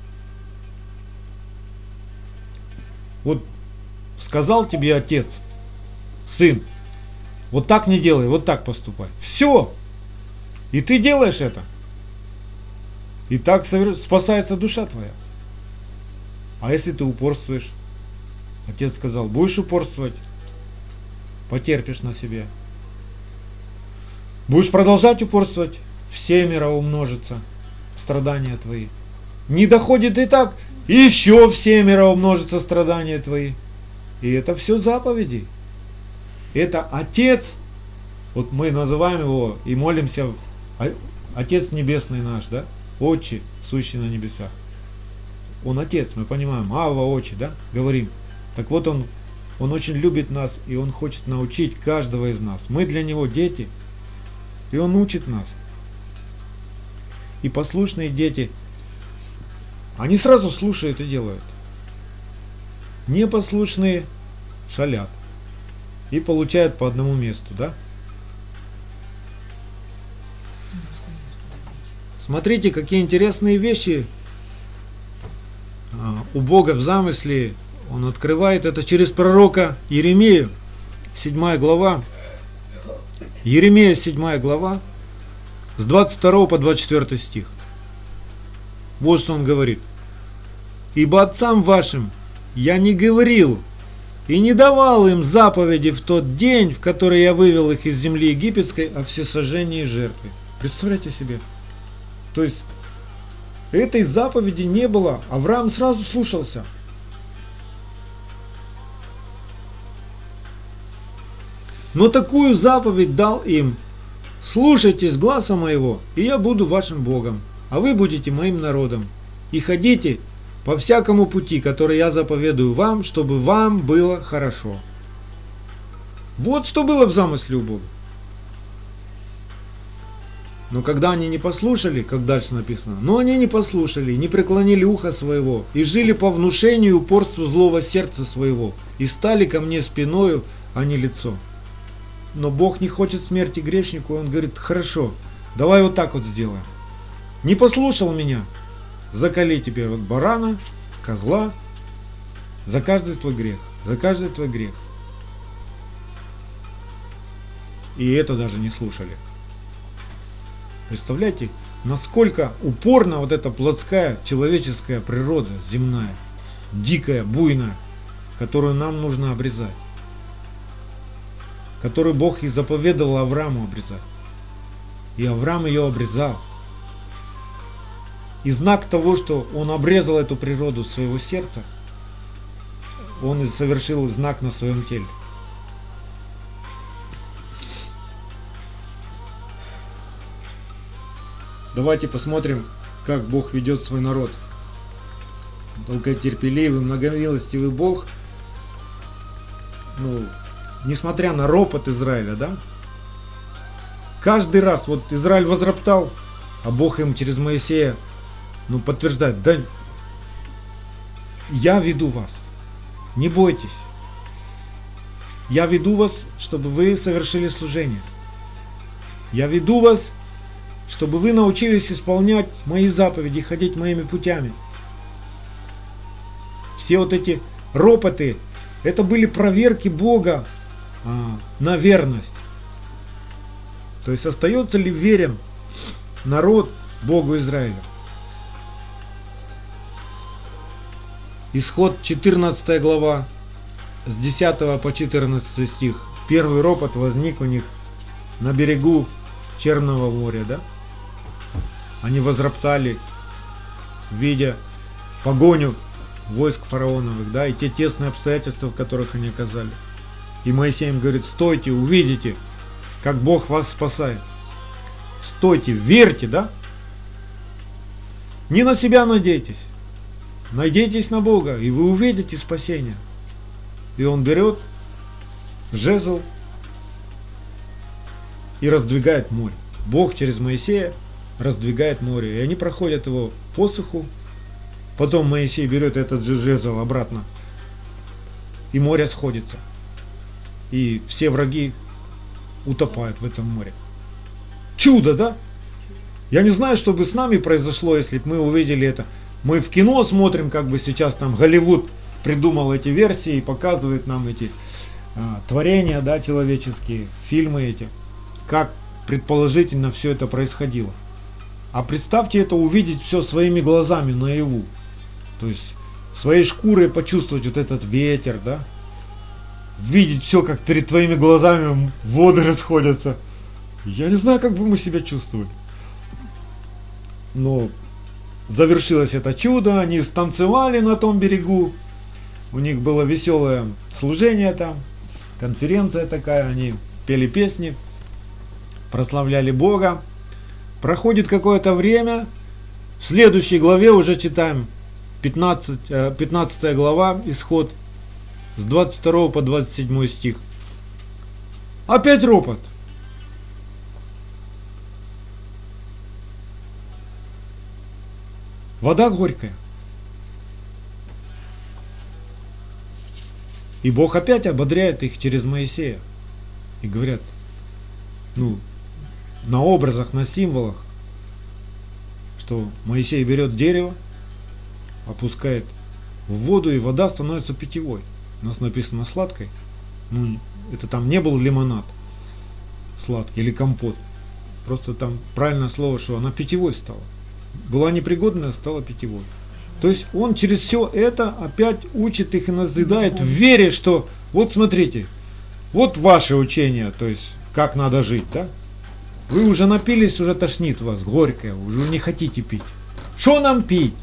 Вот сказал тебе отец, сын, вот так не делай, вот так поступай. Все. И ты делаешь это. И так спасается душа твоя. А если ты упорствуешь? Отец сказал, будешь упорствовать, потерпишь на себе. Будешь продолжать упорствовать, всемиро умножится страдания твои. Не доходит и так, еще всемиро умножится страдания твои. И это все заповеди. Это Отец, вот мы называем его и молимся, Отец Небесный наш, да? Отче, сущий на небесах. Он Отец, мы понимаем, Авва, Отче, да? Говорим. Так вот он, он очень любит нас, и он хочет научить каждого из нас. Мы для него дети, и он учит нас. И послушные дети, они сразу слушают и делают. Непослушные шалят и получают по одному месту, да? Смотрите, какие интересные вещи у Бога в замысле. Он открывает это через пророка Иеремию, седьмая глава. Иеремия, седьмая глава, с двадцать второго по двадцать четвёртый стих. Вот что он говорит. «Ибо отцам вашим я не говорил и не давал им заповеди в тот день, в который я вывел их из земли египетской, о всесожжении жертвы». Представляете себе? То есть, этой заповеди не было, Авраам сразу слушался. Но такую заповедь дал им: слушайтесь гласа моего, и я буду вашим Богом, а вы будете моим народом. И ходите по всякому пути, который я заповедую вам, чтобы вам было хорошо. Вот что было в замысле у Бога. Но когда они не послушали, как дальше написано, но они не послушали, не преклонили ухо своего, и жили по внушению и упорству злого сердца своего, и стали ко мне спиною, а не лицом. Но Бог не хочет смерти грешнику, и Он говорит: хорошо, давай вот так вот сделаем. Не послушал меня, закали теперь вот барана, козла, за каждый твой грех, за каждый твой грех. И это даже не слушали. Представляете, насколько упорно вот эта плотская человеческая природа, земная, дикая, буйная, которую нам нужно обрезать, которую Бог и заповедовал Аврааму обрезать. И Авраам ее обрезал. И знак того, что он обрезал эту природу своего сердца, он и совершил знак на своем теле. Давайте посмотрим, как Бог ведет свой народ. Долготерпеливый, многомилостивый Бог, ну, несмотря на ропот Израиля, да, каждый раз вот Израиль возроптал, а Бог им через Моисея, ну, подтверждает: да, я веду вас, не бойтесь, я веду вас, чтобы вы совершили служение, я веду вас, чтобы вы научились исполнять мои заповеди, ходить моими путями. Все вот эти ропоты, это были проверки Бога а, на верность. То есть остается ли верен народ Богу Израиля. Исход четырнадцатая глава, с десятого по четырнадцатый стих. Первый ропот возник у них на берегу Черного моря, да? Они возроптали, видя погоню войск фараоновых, да, и те тесные обстоятельства, в которых они оказались. И Моисей им говорит: стойте, увидите, как Бог вас спасает. Стойте, верьте, да? Не на себя надейтесь, надейтесь на Бога, и вы увидите спасение. И он берет жезл и раздвигает море. Бог через Моисея раздвигает море, и они проходят его по суху. Потом Моисей берет этот же жезл обратно, и море сходится. И все враги утопают в этом море. Чудо, да? Я не знаю, что бы с нами произошло, если бы мы увидели это. Мы в кино смотрим, как бы сейчас там Голливуд придумал эти версии и показывает нам эти а, творения, да, человеческие, фильмы эти, как предположительно все это происходило. А представьте это, увидеть все своими глазами наяву. То есть своей шкурой почувствовать вот этот ветер, да? Видеть все, как перед твоими глазами воды расходятся. Я не знаю, как бы мы себя чувствовали. Но завершилось это чудо, они станцевали на том берегу. У них было веселое служение там, конференция такая, они пели песни, прославляли Бога. Проходит какое-то время, в следующей главе уже читаем пятнадцатая глава, Исход, с двадцать второго по двадцать седьмой стих. Опять ропот. Вода горькая. И Бог опять ободряет их через Моисея. И говорят, ну, на образах, на символах, что Моисей берет дерево, опускает в воду, и вода становится питьевой. У нас написано сладкой. Ну, это там не был лимонад сладкий или компот. Просто там правильное слово, что она питьевой стала. Была непригодная, стала питьевой. То есть он через все это опять учит их и назидает в вере, что вот смотрите, вот ваше учение, то есть как надо жить, да? Вы уже напились, уже тошнит вас, горькое, уже не хотите пить. Что нам пить?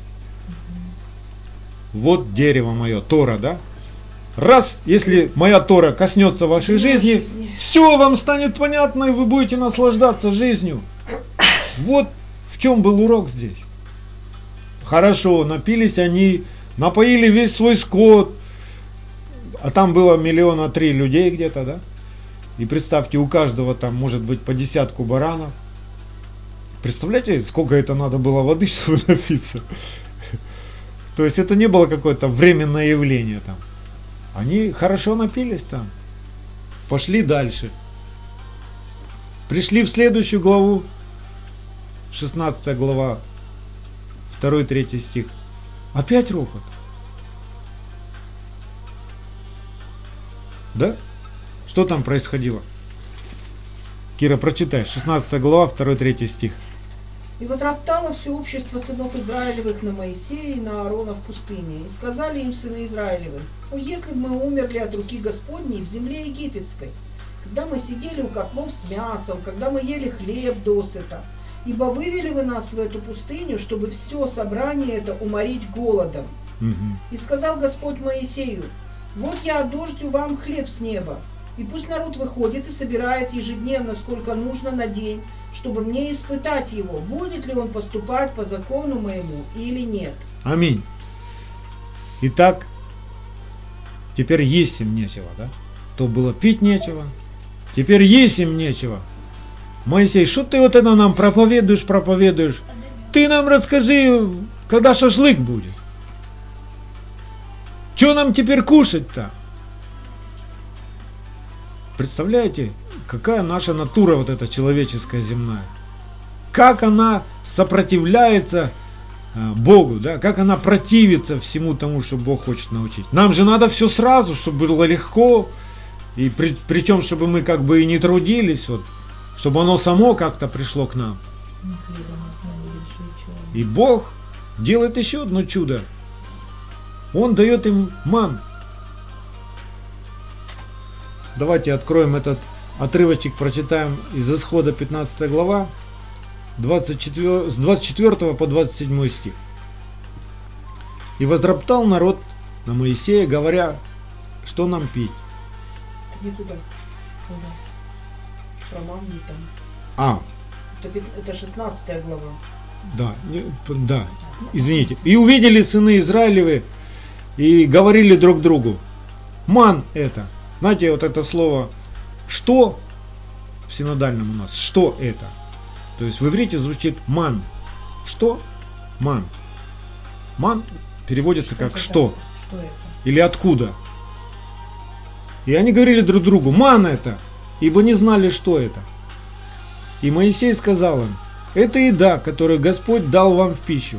Вот дерево мое, Тора, да? Раз, если моя Тора коснется вашей жизни, все вам станет понятно, и вы будете наслаждаться жизнью. Вот в чем был урок здесь. Хорошо, напились они, напоили весь свой скот, а там было миллиона три людей где-то, да? И представьте, у каждого там может быть по десятку баранов. Представляете, сколько это надо было воды, чтобы напиться? То есть это не было какое-то временное явление там. Они хорошо напились там. Пошли дальше. Пришли в следующую главу. шестнадцатая глава. второй-третий стих. Опять ропот. Да? Что там происходило? Кира, прочитай. шестнадцатая глава, второй-третий стих. И возроптало все общество сынов Израилевых на Моисея и на Аарона в пустыне. И сказали им сыны Израилевы: о, если бы мы умерли от руки Господней в земле египетской, когда мы сидели у котлов с мясом, когда мы ели хлеб досыта, ибо вывели вы нас в эту пустыню, чтобы все собрание это уморить голодом. Угу. И сказал Господь Моисею: вот я одождю вам хлеб с неба, и пусть народ выходит и собирает ежедневно, сколько нужно на день, чтобы мне испытать его, будет ли он поступать по закону моему или нет. Аминь. Итак, теперь есть им нечего, да? То было пить нечего, теперь есть им нечего. Моисей, что ты вот это нам проповедуешь, проповедуешь? Ты нам расскажи, когда шашлык будет. Что нам теперь кушать-то? Представляете, какая наша натура вот эта человеческая земная? Как она сопротивляется Богу, да? Как она противится всему тому, что Бог хочет научить. Нам же надо все сразу, чтобы было легко, и при, причем, чтобы мы как бы и не трудились, вот, чтобы оно само как-то пришло к нам. И Бог делает еще одно чудо. Он дает им ман. Давайте откроем этот отрывочек, прочитаем из Исхода пятнадцатая глава, двадцать четыре, с двадцать четвёртого по двадцать седьмой стих. И возроптал народ на Моисея, говоря: что нам пить? Не туда. Туда. Про ман не там. А, Это, это шестнадцатая глава. да, не, да, извините. И увидели сыны Израилевы и говорили друг другу: ман это. Знаете, вот это слово «что» в синодальном у нас, что это? То есть в иврите звучит ман. Что? Ман. Ман переводится как что? Что это? Или откуда? И они говорили друг другу: ман это, ибо не знали, что это. И Моисей сказал им: это еда, которую Господь дал вам в пищу.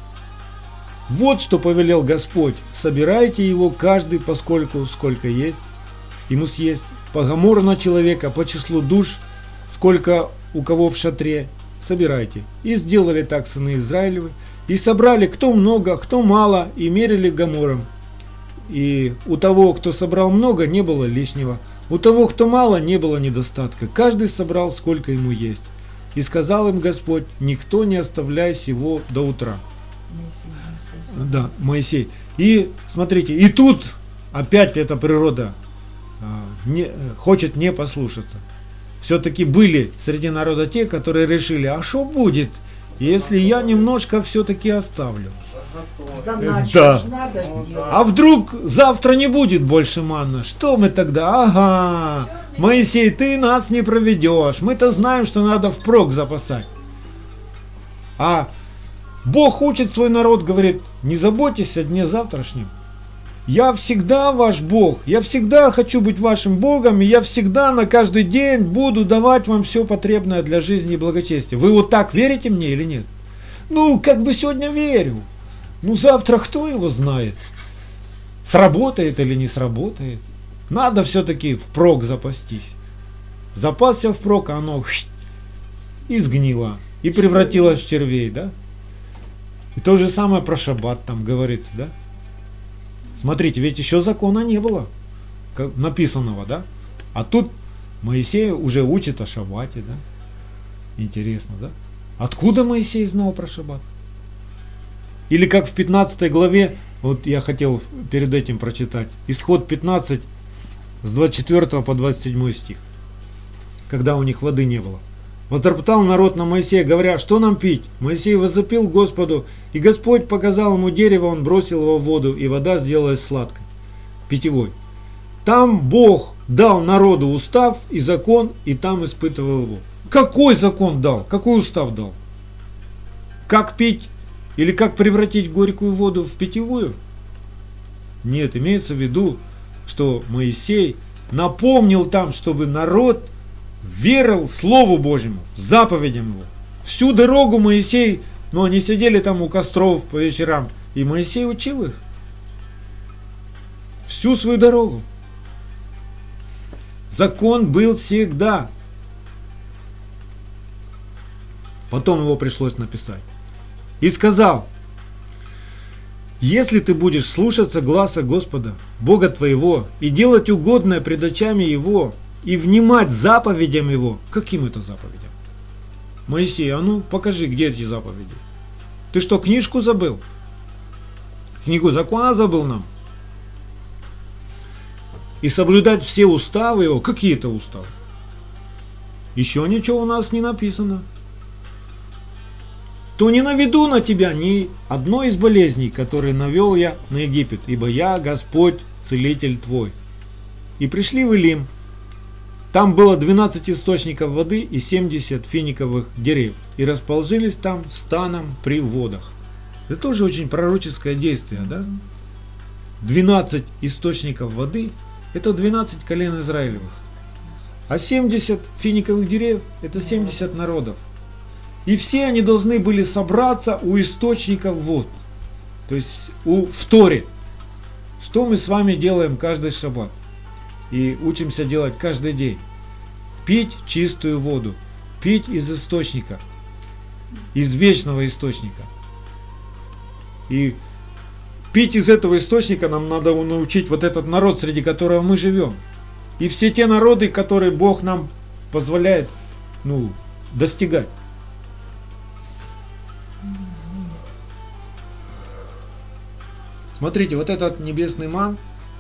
Вот что повелел Господь: собирайте его каждый поскольку сколько есть, ему съесть, по гамору на человека, по числу душ, сколько у кого в шатре, собирайте. И сделали так сыны Израилевы, и собрали кто много, кто мало, и мерили гамором. И у того, кто собрал много, не было лишнего, у того, кто мало, не было недостатка. Каждый собрал, сколько ему есть. И сказал им Господь: никто не оставляй сего до утра. Моисей, Моисей. Да, Моисей. И смотрите, и тут опять эта природа Не, хочет не послушаться. Все-таки были среди народа те, которые решили: а что будет, если я немножко все-таки оставлю? Заначку Да. ж надо сделать. А вдруг завтра не будет больше манна? Что мы тогда? Ага, Моисей, ты нас не проведешь. Мы-то знаем, что надо впрок запасать. А Бог учит свой народ, говорит: не заботьтесь о дне завтрашнем. Я всегда ваш Бог, я всегда хочу быть вашим Богом, и я всегда на каждый день буду давать вам все потребное для жизни и благочестия. Вы вот так верите мне или нет? Ну, как бы сегодня верю. Ну, завтра кто его знает? Сработает или не сработает? Надо все-таки впрок запастись. Запасся впрок, а оно и сгнило, и превратилось в червей, да? И то же самое про шаббат там говорится, да? Смотрите, ведь еще закона не было, как написанного, да? А тут Моисей уже учит о шаббате, да? Интересно, да? Откуда Моисей знал про шаббат? Или как в пятнадцатой главе, вот я хотел перед этим прочитать, Исход пятнадцать, с двадцать четвёртого по двадцать седьмой стих, когда у них воды не было. Возроптал народ на Моисея, говоря, что нам пить? Моисей возопил Господу, и Господь показал ему дерево, он бросил его в воду, и вода сделалась сладкой, питьевой. Там Бог дал народу устав и закон, и там испытывал его. Какой закон дал? Какой устав дал? Как пить или как превратить горькую воду в питьевую? Нет, имеется в виду, что Моисей напомнил там, чтобы народ верил Слову Божьему, заповедям его. Всю дорогу Моисей, ну они сидели там у костров по вечерам, и Моисей учил их. Всю свою дорогу. Закон был всегда. Потом его пришлось написать. И сказал, если ты будешь слушаться гласа Господа, Бога твоего, и делать угодное пред очами Его, и внимать заповедям Его. Каким это заповедям? Моисей, а ну покажи, где эти заповеди. Ты что, книжку забыл? Книгу закона забыл нам? И соблюдать все уставы Его. Какие это уставы? Еще ничего у нас не написано. То не наведу на тебя ни одной из болезней, которые навел я на Египет, ибо я Господь, целитель твой. И пришли в Илим. Там было двенадцать источников воды и семьдесят финиковых деревьев, и расположились там станом при водах. Это тоже очень пророческое действие, да? двенадцать источников воды – это двенадцать колен Израилевых, а семьдесят финиковых деревьев – это семьдесят народов. И все они должны были собраться у источников вод, то есть у, в Торе. Что мы с вами делаем каждый шаббат и учимся делать каждый день? Пить чистую воду, пить из источника, из вечного источника. И пить из этого источника нам надо научить вот этот народ, среди которого мы живем. И все те народы, которые Бог нам позволяет, ну, достигать. Смотрите, вот этот небесный ман,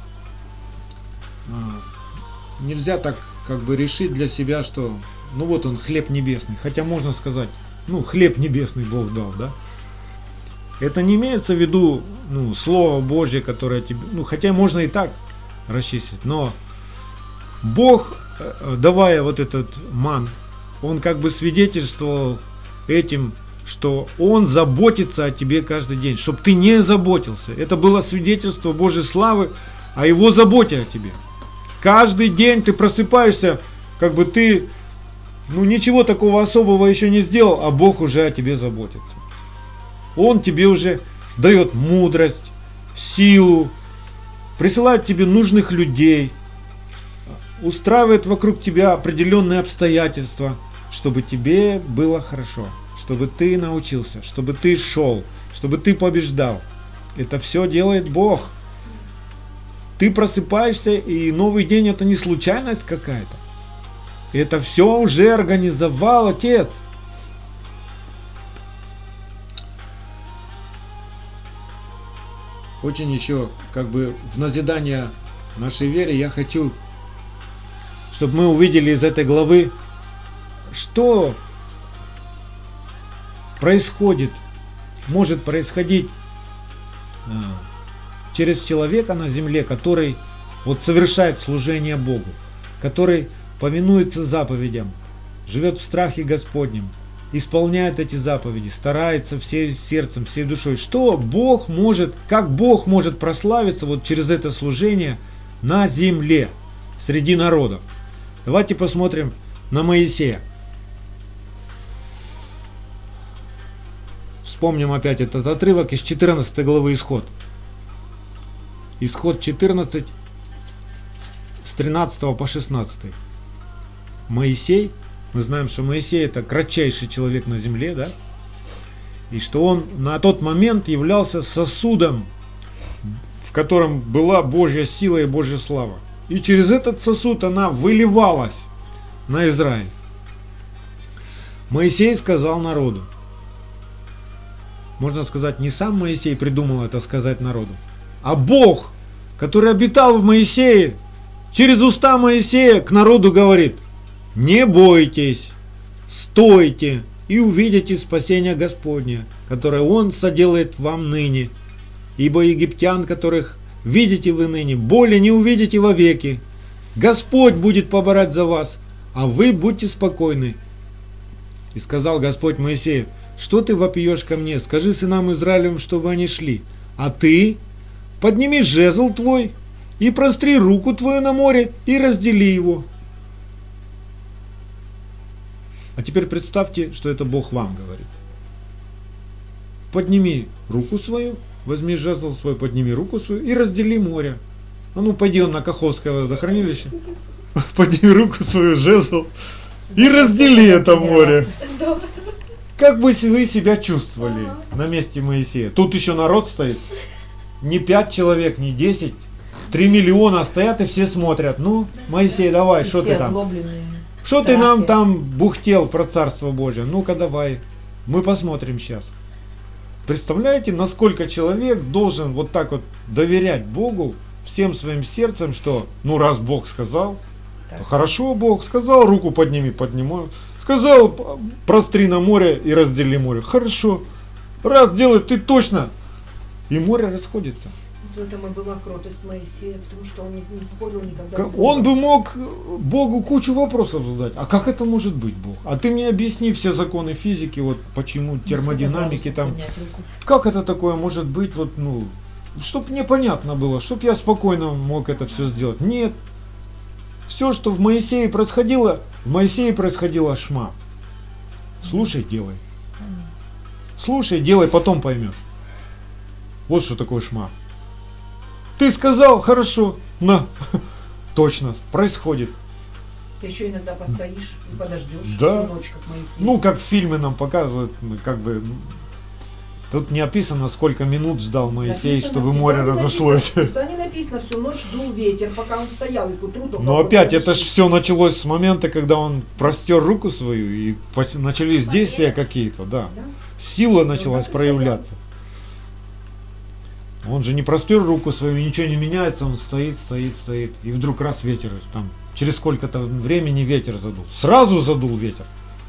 нельзя так как бы решить для себя, что ну вот он хлеб небесный. Хотя можно сказать, ну хлеб небесный Бог дал, да? Это не имеется в виду, ну, Слово Божье, которое тебе, ну хотя можно и так расчистить, но Бог, давая вот этот ман, Он как бы свидетельствовал этим, что Он заботится о тебе каждый день, чтобы ты не заботился. Это было свидетельство Божьей славы о Его заботе о тебе. Каждый день ты просыпаешься, как бы ты, ну ничего такого особого еще не сделал, а Бог уже о тебе заботится. Он тебе уже дает мудрость, силу, присылает тебе нужных людей, устраивает вокруг тебя определенные обстоятельства, чтобы тебе было хорошо, чтобы ты научился, чтобы ты шел, чтобы ты побеждал. Это все делает Бог. Ты просыпаешься, и новый день это не случайность какая-то. Это все уже организовал Отец. Очень еще как бы в назидание нашей вере я хочу, чтобы мы увидели из этой главы, что происходит, может происходить через человека на земле, который вот совершает служение Богу, который повинуется заповедям, живет в страхе Господнем, исполняет эти заповеди, старается всем сердцем, всей душой. Что Бог может, как Бог может прославиться вот через это служение на земле, среди народов? Давайте посмотрим на Моисея. Вспомним опять этот отрывок из четырнадцатой главы Исход. Исход четырнадцать, с тринадцатого по шестнадцатый. Моисей, мы знаем, что Моисей это кратчайший человек на земле, да? И что он на тот момент являлся сосудом, в котором была Божья сила и Божья слава. И через этот сосуд она выливалась на Израиль. Моисей сказал народу: можно сказать, не сам Моисей придумал это сказать народу, а Бог, который обитал в Моисее, через уста Моисея к народу говорит: не бойтесь, стойте и увидите спасение Господне, которое Он соделает вам ныне. Ибо египтян, которых видите вы ныне, более не увидите вовеки. Господь будет поборать за вас, а вы будьте спокойны. И сказал Господь Моисею: что ты вопиешь ко мне? Скажи сынам Израилевым, чтобы они шли. А ты подними жезл твой и простри руку твою на море и раздели его. А теперь представьте, что это Бог вам говорит. Подними руку свою, возьми жезл свой, подними руку свою и раздели море. А ну пойди он на Каховское водохранилище, подними руку свою, жезл и раздели это море. Как бы вы себя чувствовали на месте Моисея? Тут еще народ стоит. Не пять человек, не десять. Три миллиона стоят и все смотрят. Ну, Моисей, давай, что ты там? Что ты нам там бухтел про Царство Божие? Ну-ка давай. Мы посмотрим сейчас. Представляете, насколько человек должен вот так вот доверять Богу всем своим сердцем, что, ну раз Бог сказал, то хорошо, Бог сказал, руку подними, поднимаю. Сказал, простри на море и раздели море. Хорошо. Раз делай, ты точно. И море расходится. В этом и была кротость Моисея, потому что он не, не спорил никогда с Богом. Он бы мог Богу кучу вопросов задать. А как это может быть, Бог? А ты мне объясни все законы физики, вот почему термодинамики там. Как это такое может быть, вот, ну, чтоб мне понятно было, чтоб я спокойно мог это все сделать. Нет. Все, что в Моисее происходило, в Моисее происходило шма. Слушай, делай. Слушай, делай, потом поймешь. Вот что такое шма. Ты сказал, хорошо, на, точно, происходит. Ты еще иногда постоишь и подождешь, да. всю ночь, как Моисей. Ну, как в фильме нам показывают, как бы, тут не описано, сколько минут ждал Моисей, написано, чтобы море разошлось. В Писании написано, всю ночь дул ветер, пока он стоял, и к утру только... Но опять, это же все началось с момента, когда он простер руку свою, и начались Победа. действия какие-то, да. да. Сила началась он проявляться. Он же не простер руку свою, ничего не меняется, он стоит, стоит, стоит. И вдруг раз ветер, там, через сколько-то времени ветер задул. Сразу задул ветер.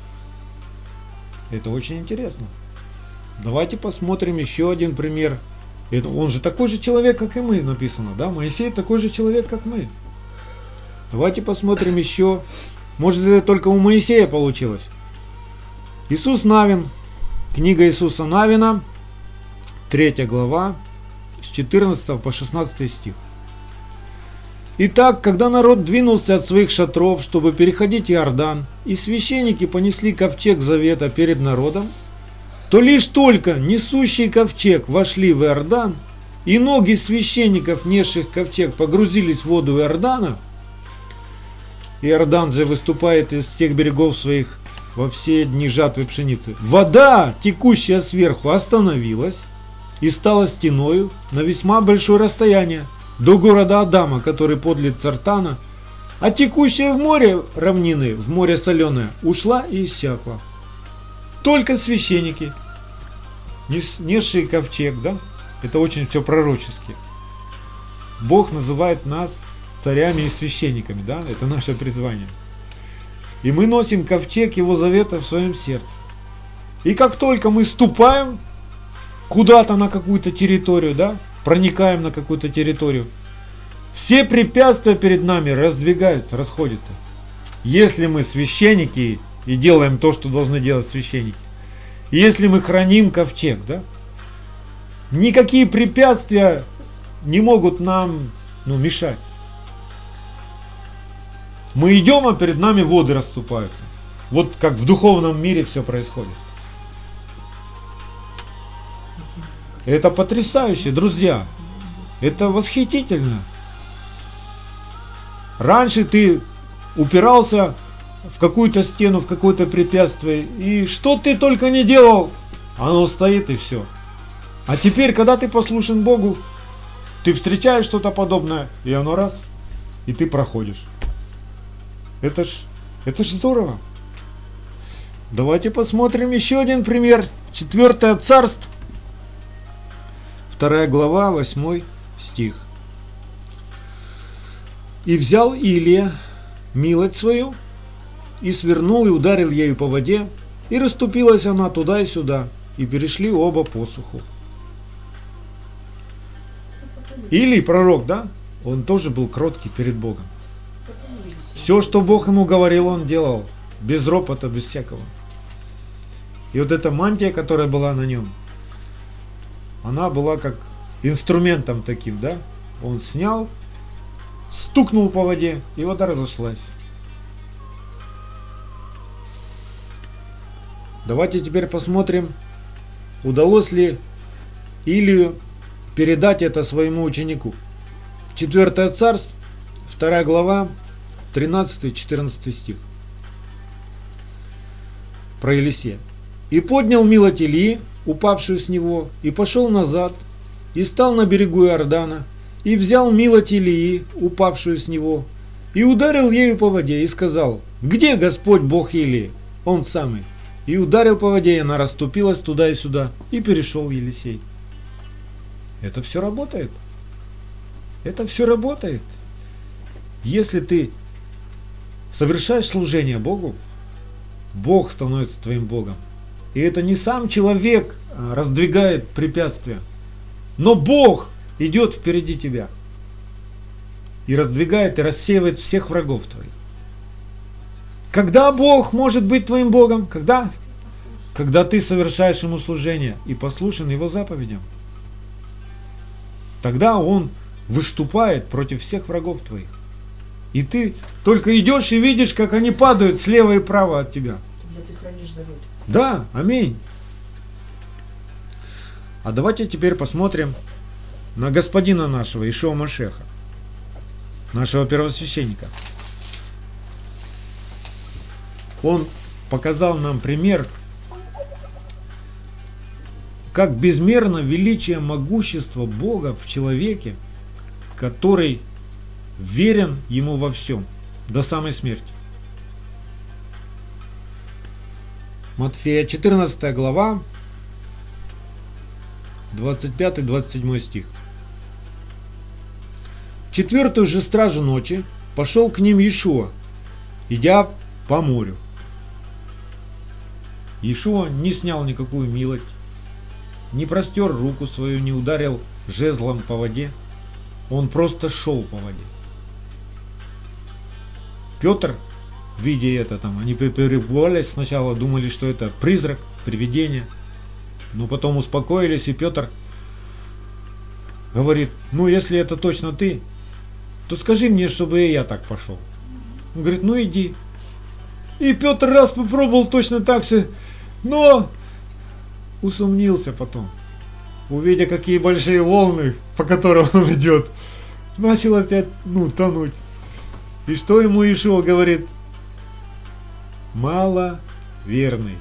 Это очень интересно. Давайте посмотрим еще один пример. Это, он же такой же человек, как и мы, написано, да? Моисей такой же человек, как мы. Давайте посмотрим еще. Может, это только у Моисея получилось. Иисус Навин. Книга Иисуса Навина, третья глава, с четырнадцатого по шестнадцатый стих. Итак, когда народ двинулся от своих шатров, чтобы переходить Иордан, и священники понесли ковчег завета перед народом, то лишь только несущий ковчег вошли в Иордан, и ноги священников, несших ковчег, погрузились в воду Иордана. Иордан же выступает из всех берегов своих во все дни жатвы пшеницы. Вода, текущая сверху, остановилась и стала стеною на весьма большое расстояние до города Адама, который подле Цартана, а текущая в море равнины, в море соленое, ушла и иссякла. Только священники, несшие ковчег, да, это очень все пророчески. Бог называет нас царями и священниками, да, это наше призвание. И мы носим ковчег Его завета в своем сердце. И как только мы ступаем куда-то на какую-то территорию, да, проникаем на какую-то территорию, все препятствия перед нами раздвигаются, расходятся. Если мы священники и делаем то, что должны делать священники, если мы храним ковчег, да, никакие препятствия не могут нам, ну, мешать. Мы идем, а перед нами воды расступаются. Вот как в духовном мире все происходит. Это потрясающе, друзья. Это восхитительно. Раньше ты упирался в какую-то стену, в какое-то препятствие, и что ты только не делал, оно стоит и все. А теперь, когда ты послушен Богу, ты встречаешь что-то подобное, и оно раз, и ты проходишь. Это ж, это ж здорово. Давайте посмотрим еще один пример. Четвертое царство. вторая глава, восьмой стих. «И взял Илия милость свою, и свернул, и ударил ею по воде, и расступилась она туда и сюда, и перешли оба по суху». Илий, пророк, да? Он тоже был кроткий перед Богом. Все, что Бог ему говорил, он делал. Без ропота, без всякого. И вот эта мантия, которая была на нем, она была как инструментом таким, да? Он снял, стукнул по воде, и вода разошлась. Давайте теперь посмотрим, удалось ли Илию передать это своему ученику. Четвертое царство, вторая глава, тринадцатый-четырнадцатый стих. Про Елисея. «И поднял милость Илии, упавшую с него, и пошел назад, и стал на берегу Иордана, и взял милость Илии, упавшую с него, и ударил ею по воде, и сказал: где Господь Бог Илии? Он самый. И ударил по воде, и она расступилась туда и сюда, и перешел Елисей». Это все работает. Это все работает. Если ты совершаешь служение Богу, Бог становится твоим Богом. И это не сам человек раздвигает препятствия, но Бог идет впереди тебя и раздвигает и рассеивает всех врагов твоих. Когда Бог может быть твоим Богом? Когда? Когда ты совершаешь Ему служение и послушен Его заповедям. Тогда Он выступает против всех врагов твоих. И ты только идешь и видишь, как они падают слева и право от тебя. Тогда ты хранишь завет. Да, аминь. А давайте теперь посмотрим на господина нашего, Иешуа Машеха, нашего первосвященника. Он показал нам пример, как безмерно величие могущества Бога в человеке, который верен Ему во всем, до самой смерти. Матфея четырнадцатая глава, двадцать пятый двадцать седьмой стих. «В четвертую же стражу ночи пошел к ним Иешуа, идя по морю». Иешуа не снял никакую милость, не простер руку свою, не ударил жезлом по воде. Он просто шел по воде. Петр, видя это, там, они перепугались сначала, думали, что это призрак, привидение. Но потом успокоились, и Петр говорит: ну, если это точно ты, то скажи мне, чтобы и я так пошел. Он говорит: ну, иди. И Петр раз попробовал точно так же, но усомнился потом. Увидя, какие большие волны, по которым он идет, начал опять, ну, тонуть. И что ему Иешуа говорит? Маловерный.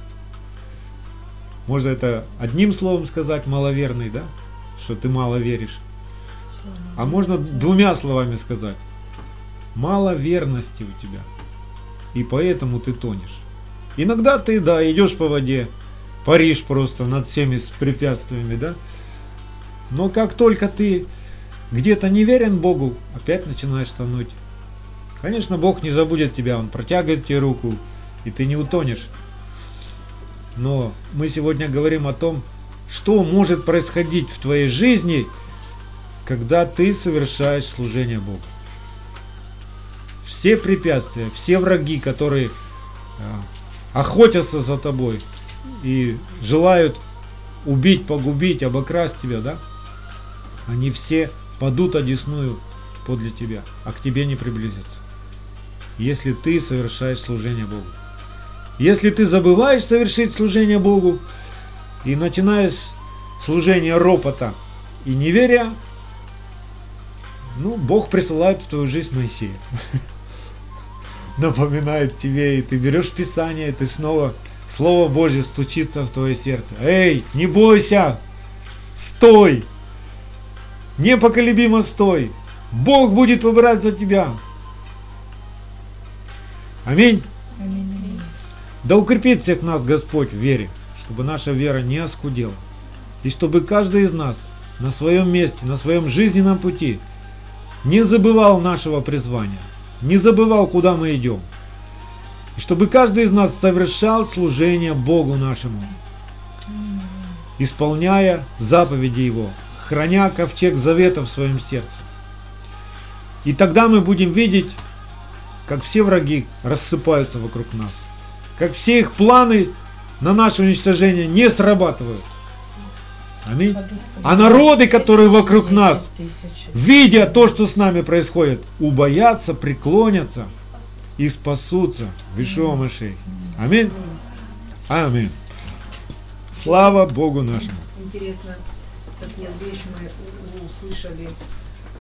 Можно это одним словом сказать, маловерный, да? Что ты мало веришь. А можно двумя словами сказать: мало верности у тебя. И поэтому ты тонешь. Иногда ты, да, идешь по воде, паришь просто над всеми препятствиями, да? Но как только ты где-то не верен Богу, опять начинаешь тонуть. Конечно, Бог не забудет тебя, Он протягивает тебе руку, и ты не утонешь. Но мы сегодня говорим о том, что может происходить в твоей жизни, когда ты совершаешь служение Богу. Все препятствия, все враги, которые охотятся за тобой и желают убить, погубить, обокрасть тебя, да? Они все падут одесную подле тебя, а к тебе не приблизятся. Если ты совершаешь служение Богу. Если ты забываешь совершить служение Богу и начинаешь служение ропота и неверия, ну, Бог присылает в твою жизнь Моисея. Напоминает тебе, и ты берешь Писание, и ты снова, Слово Божье стучится в твое сердце. Эй, не бойся! Стой! Непоколебимо стой! Бог будет выбирать за тебя! Аминь! Аминь. Да укрепит всех нас Господь в вере, чтобы наша вера не оскудела. И чтобы каждый из нас на своем месте, на своем жизненном пути не забывал нашего призвания, не забывал, куда мы идем. И чтобы каждый из нас совершал служение Богу нашему, исполняя заповеди Его, храня ковчег завета в своем сердце. И тогда мы будем видеть, как все враги рассыпаются вокруг нас, как все их планы на наше уничтожение не срабатывают. Аминь. А народы, которые вокруг нас, видя то, что с нами происходит, убоятся, преклонятся и спасутся в Иешуа Машиахе. Аминь. Аминь. Слава Богу нашему. Интересно, такую вещь мы услышали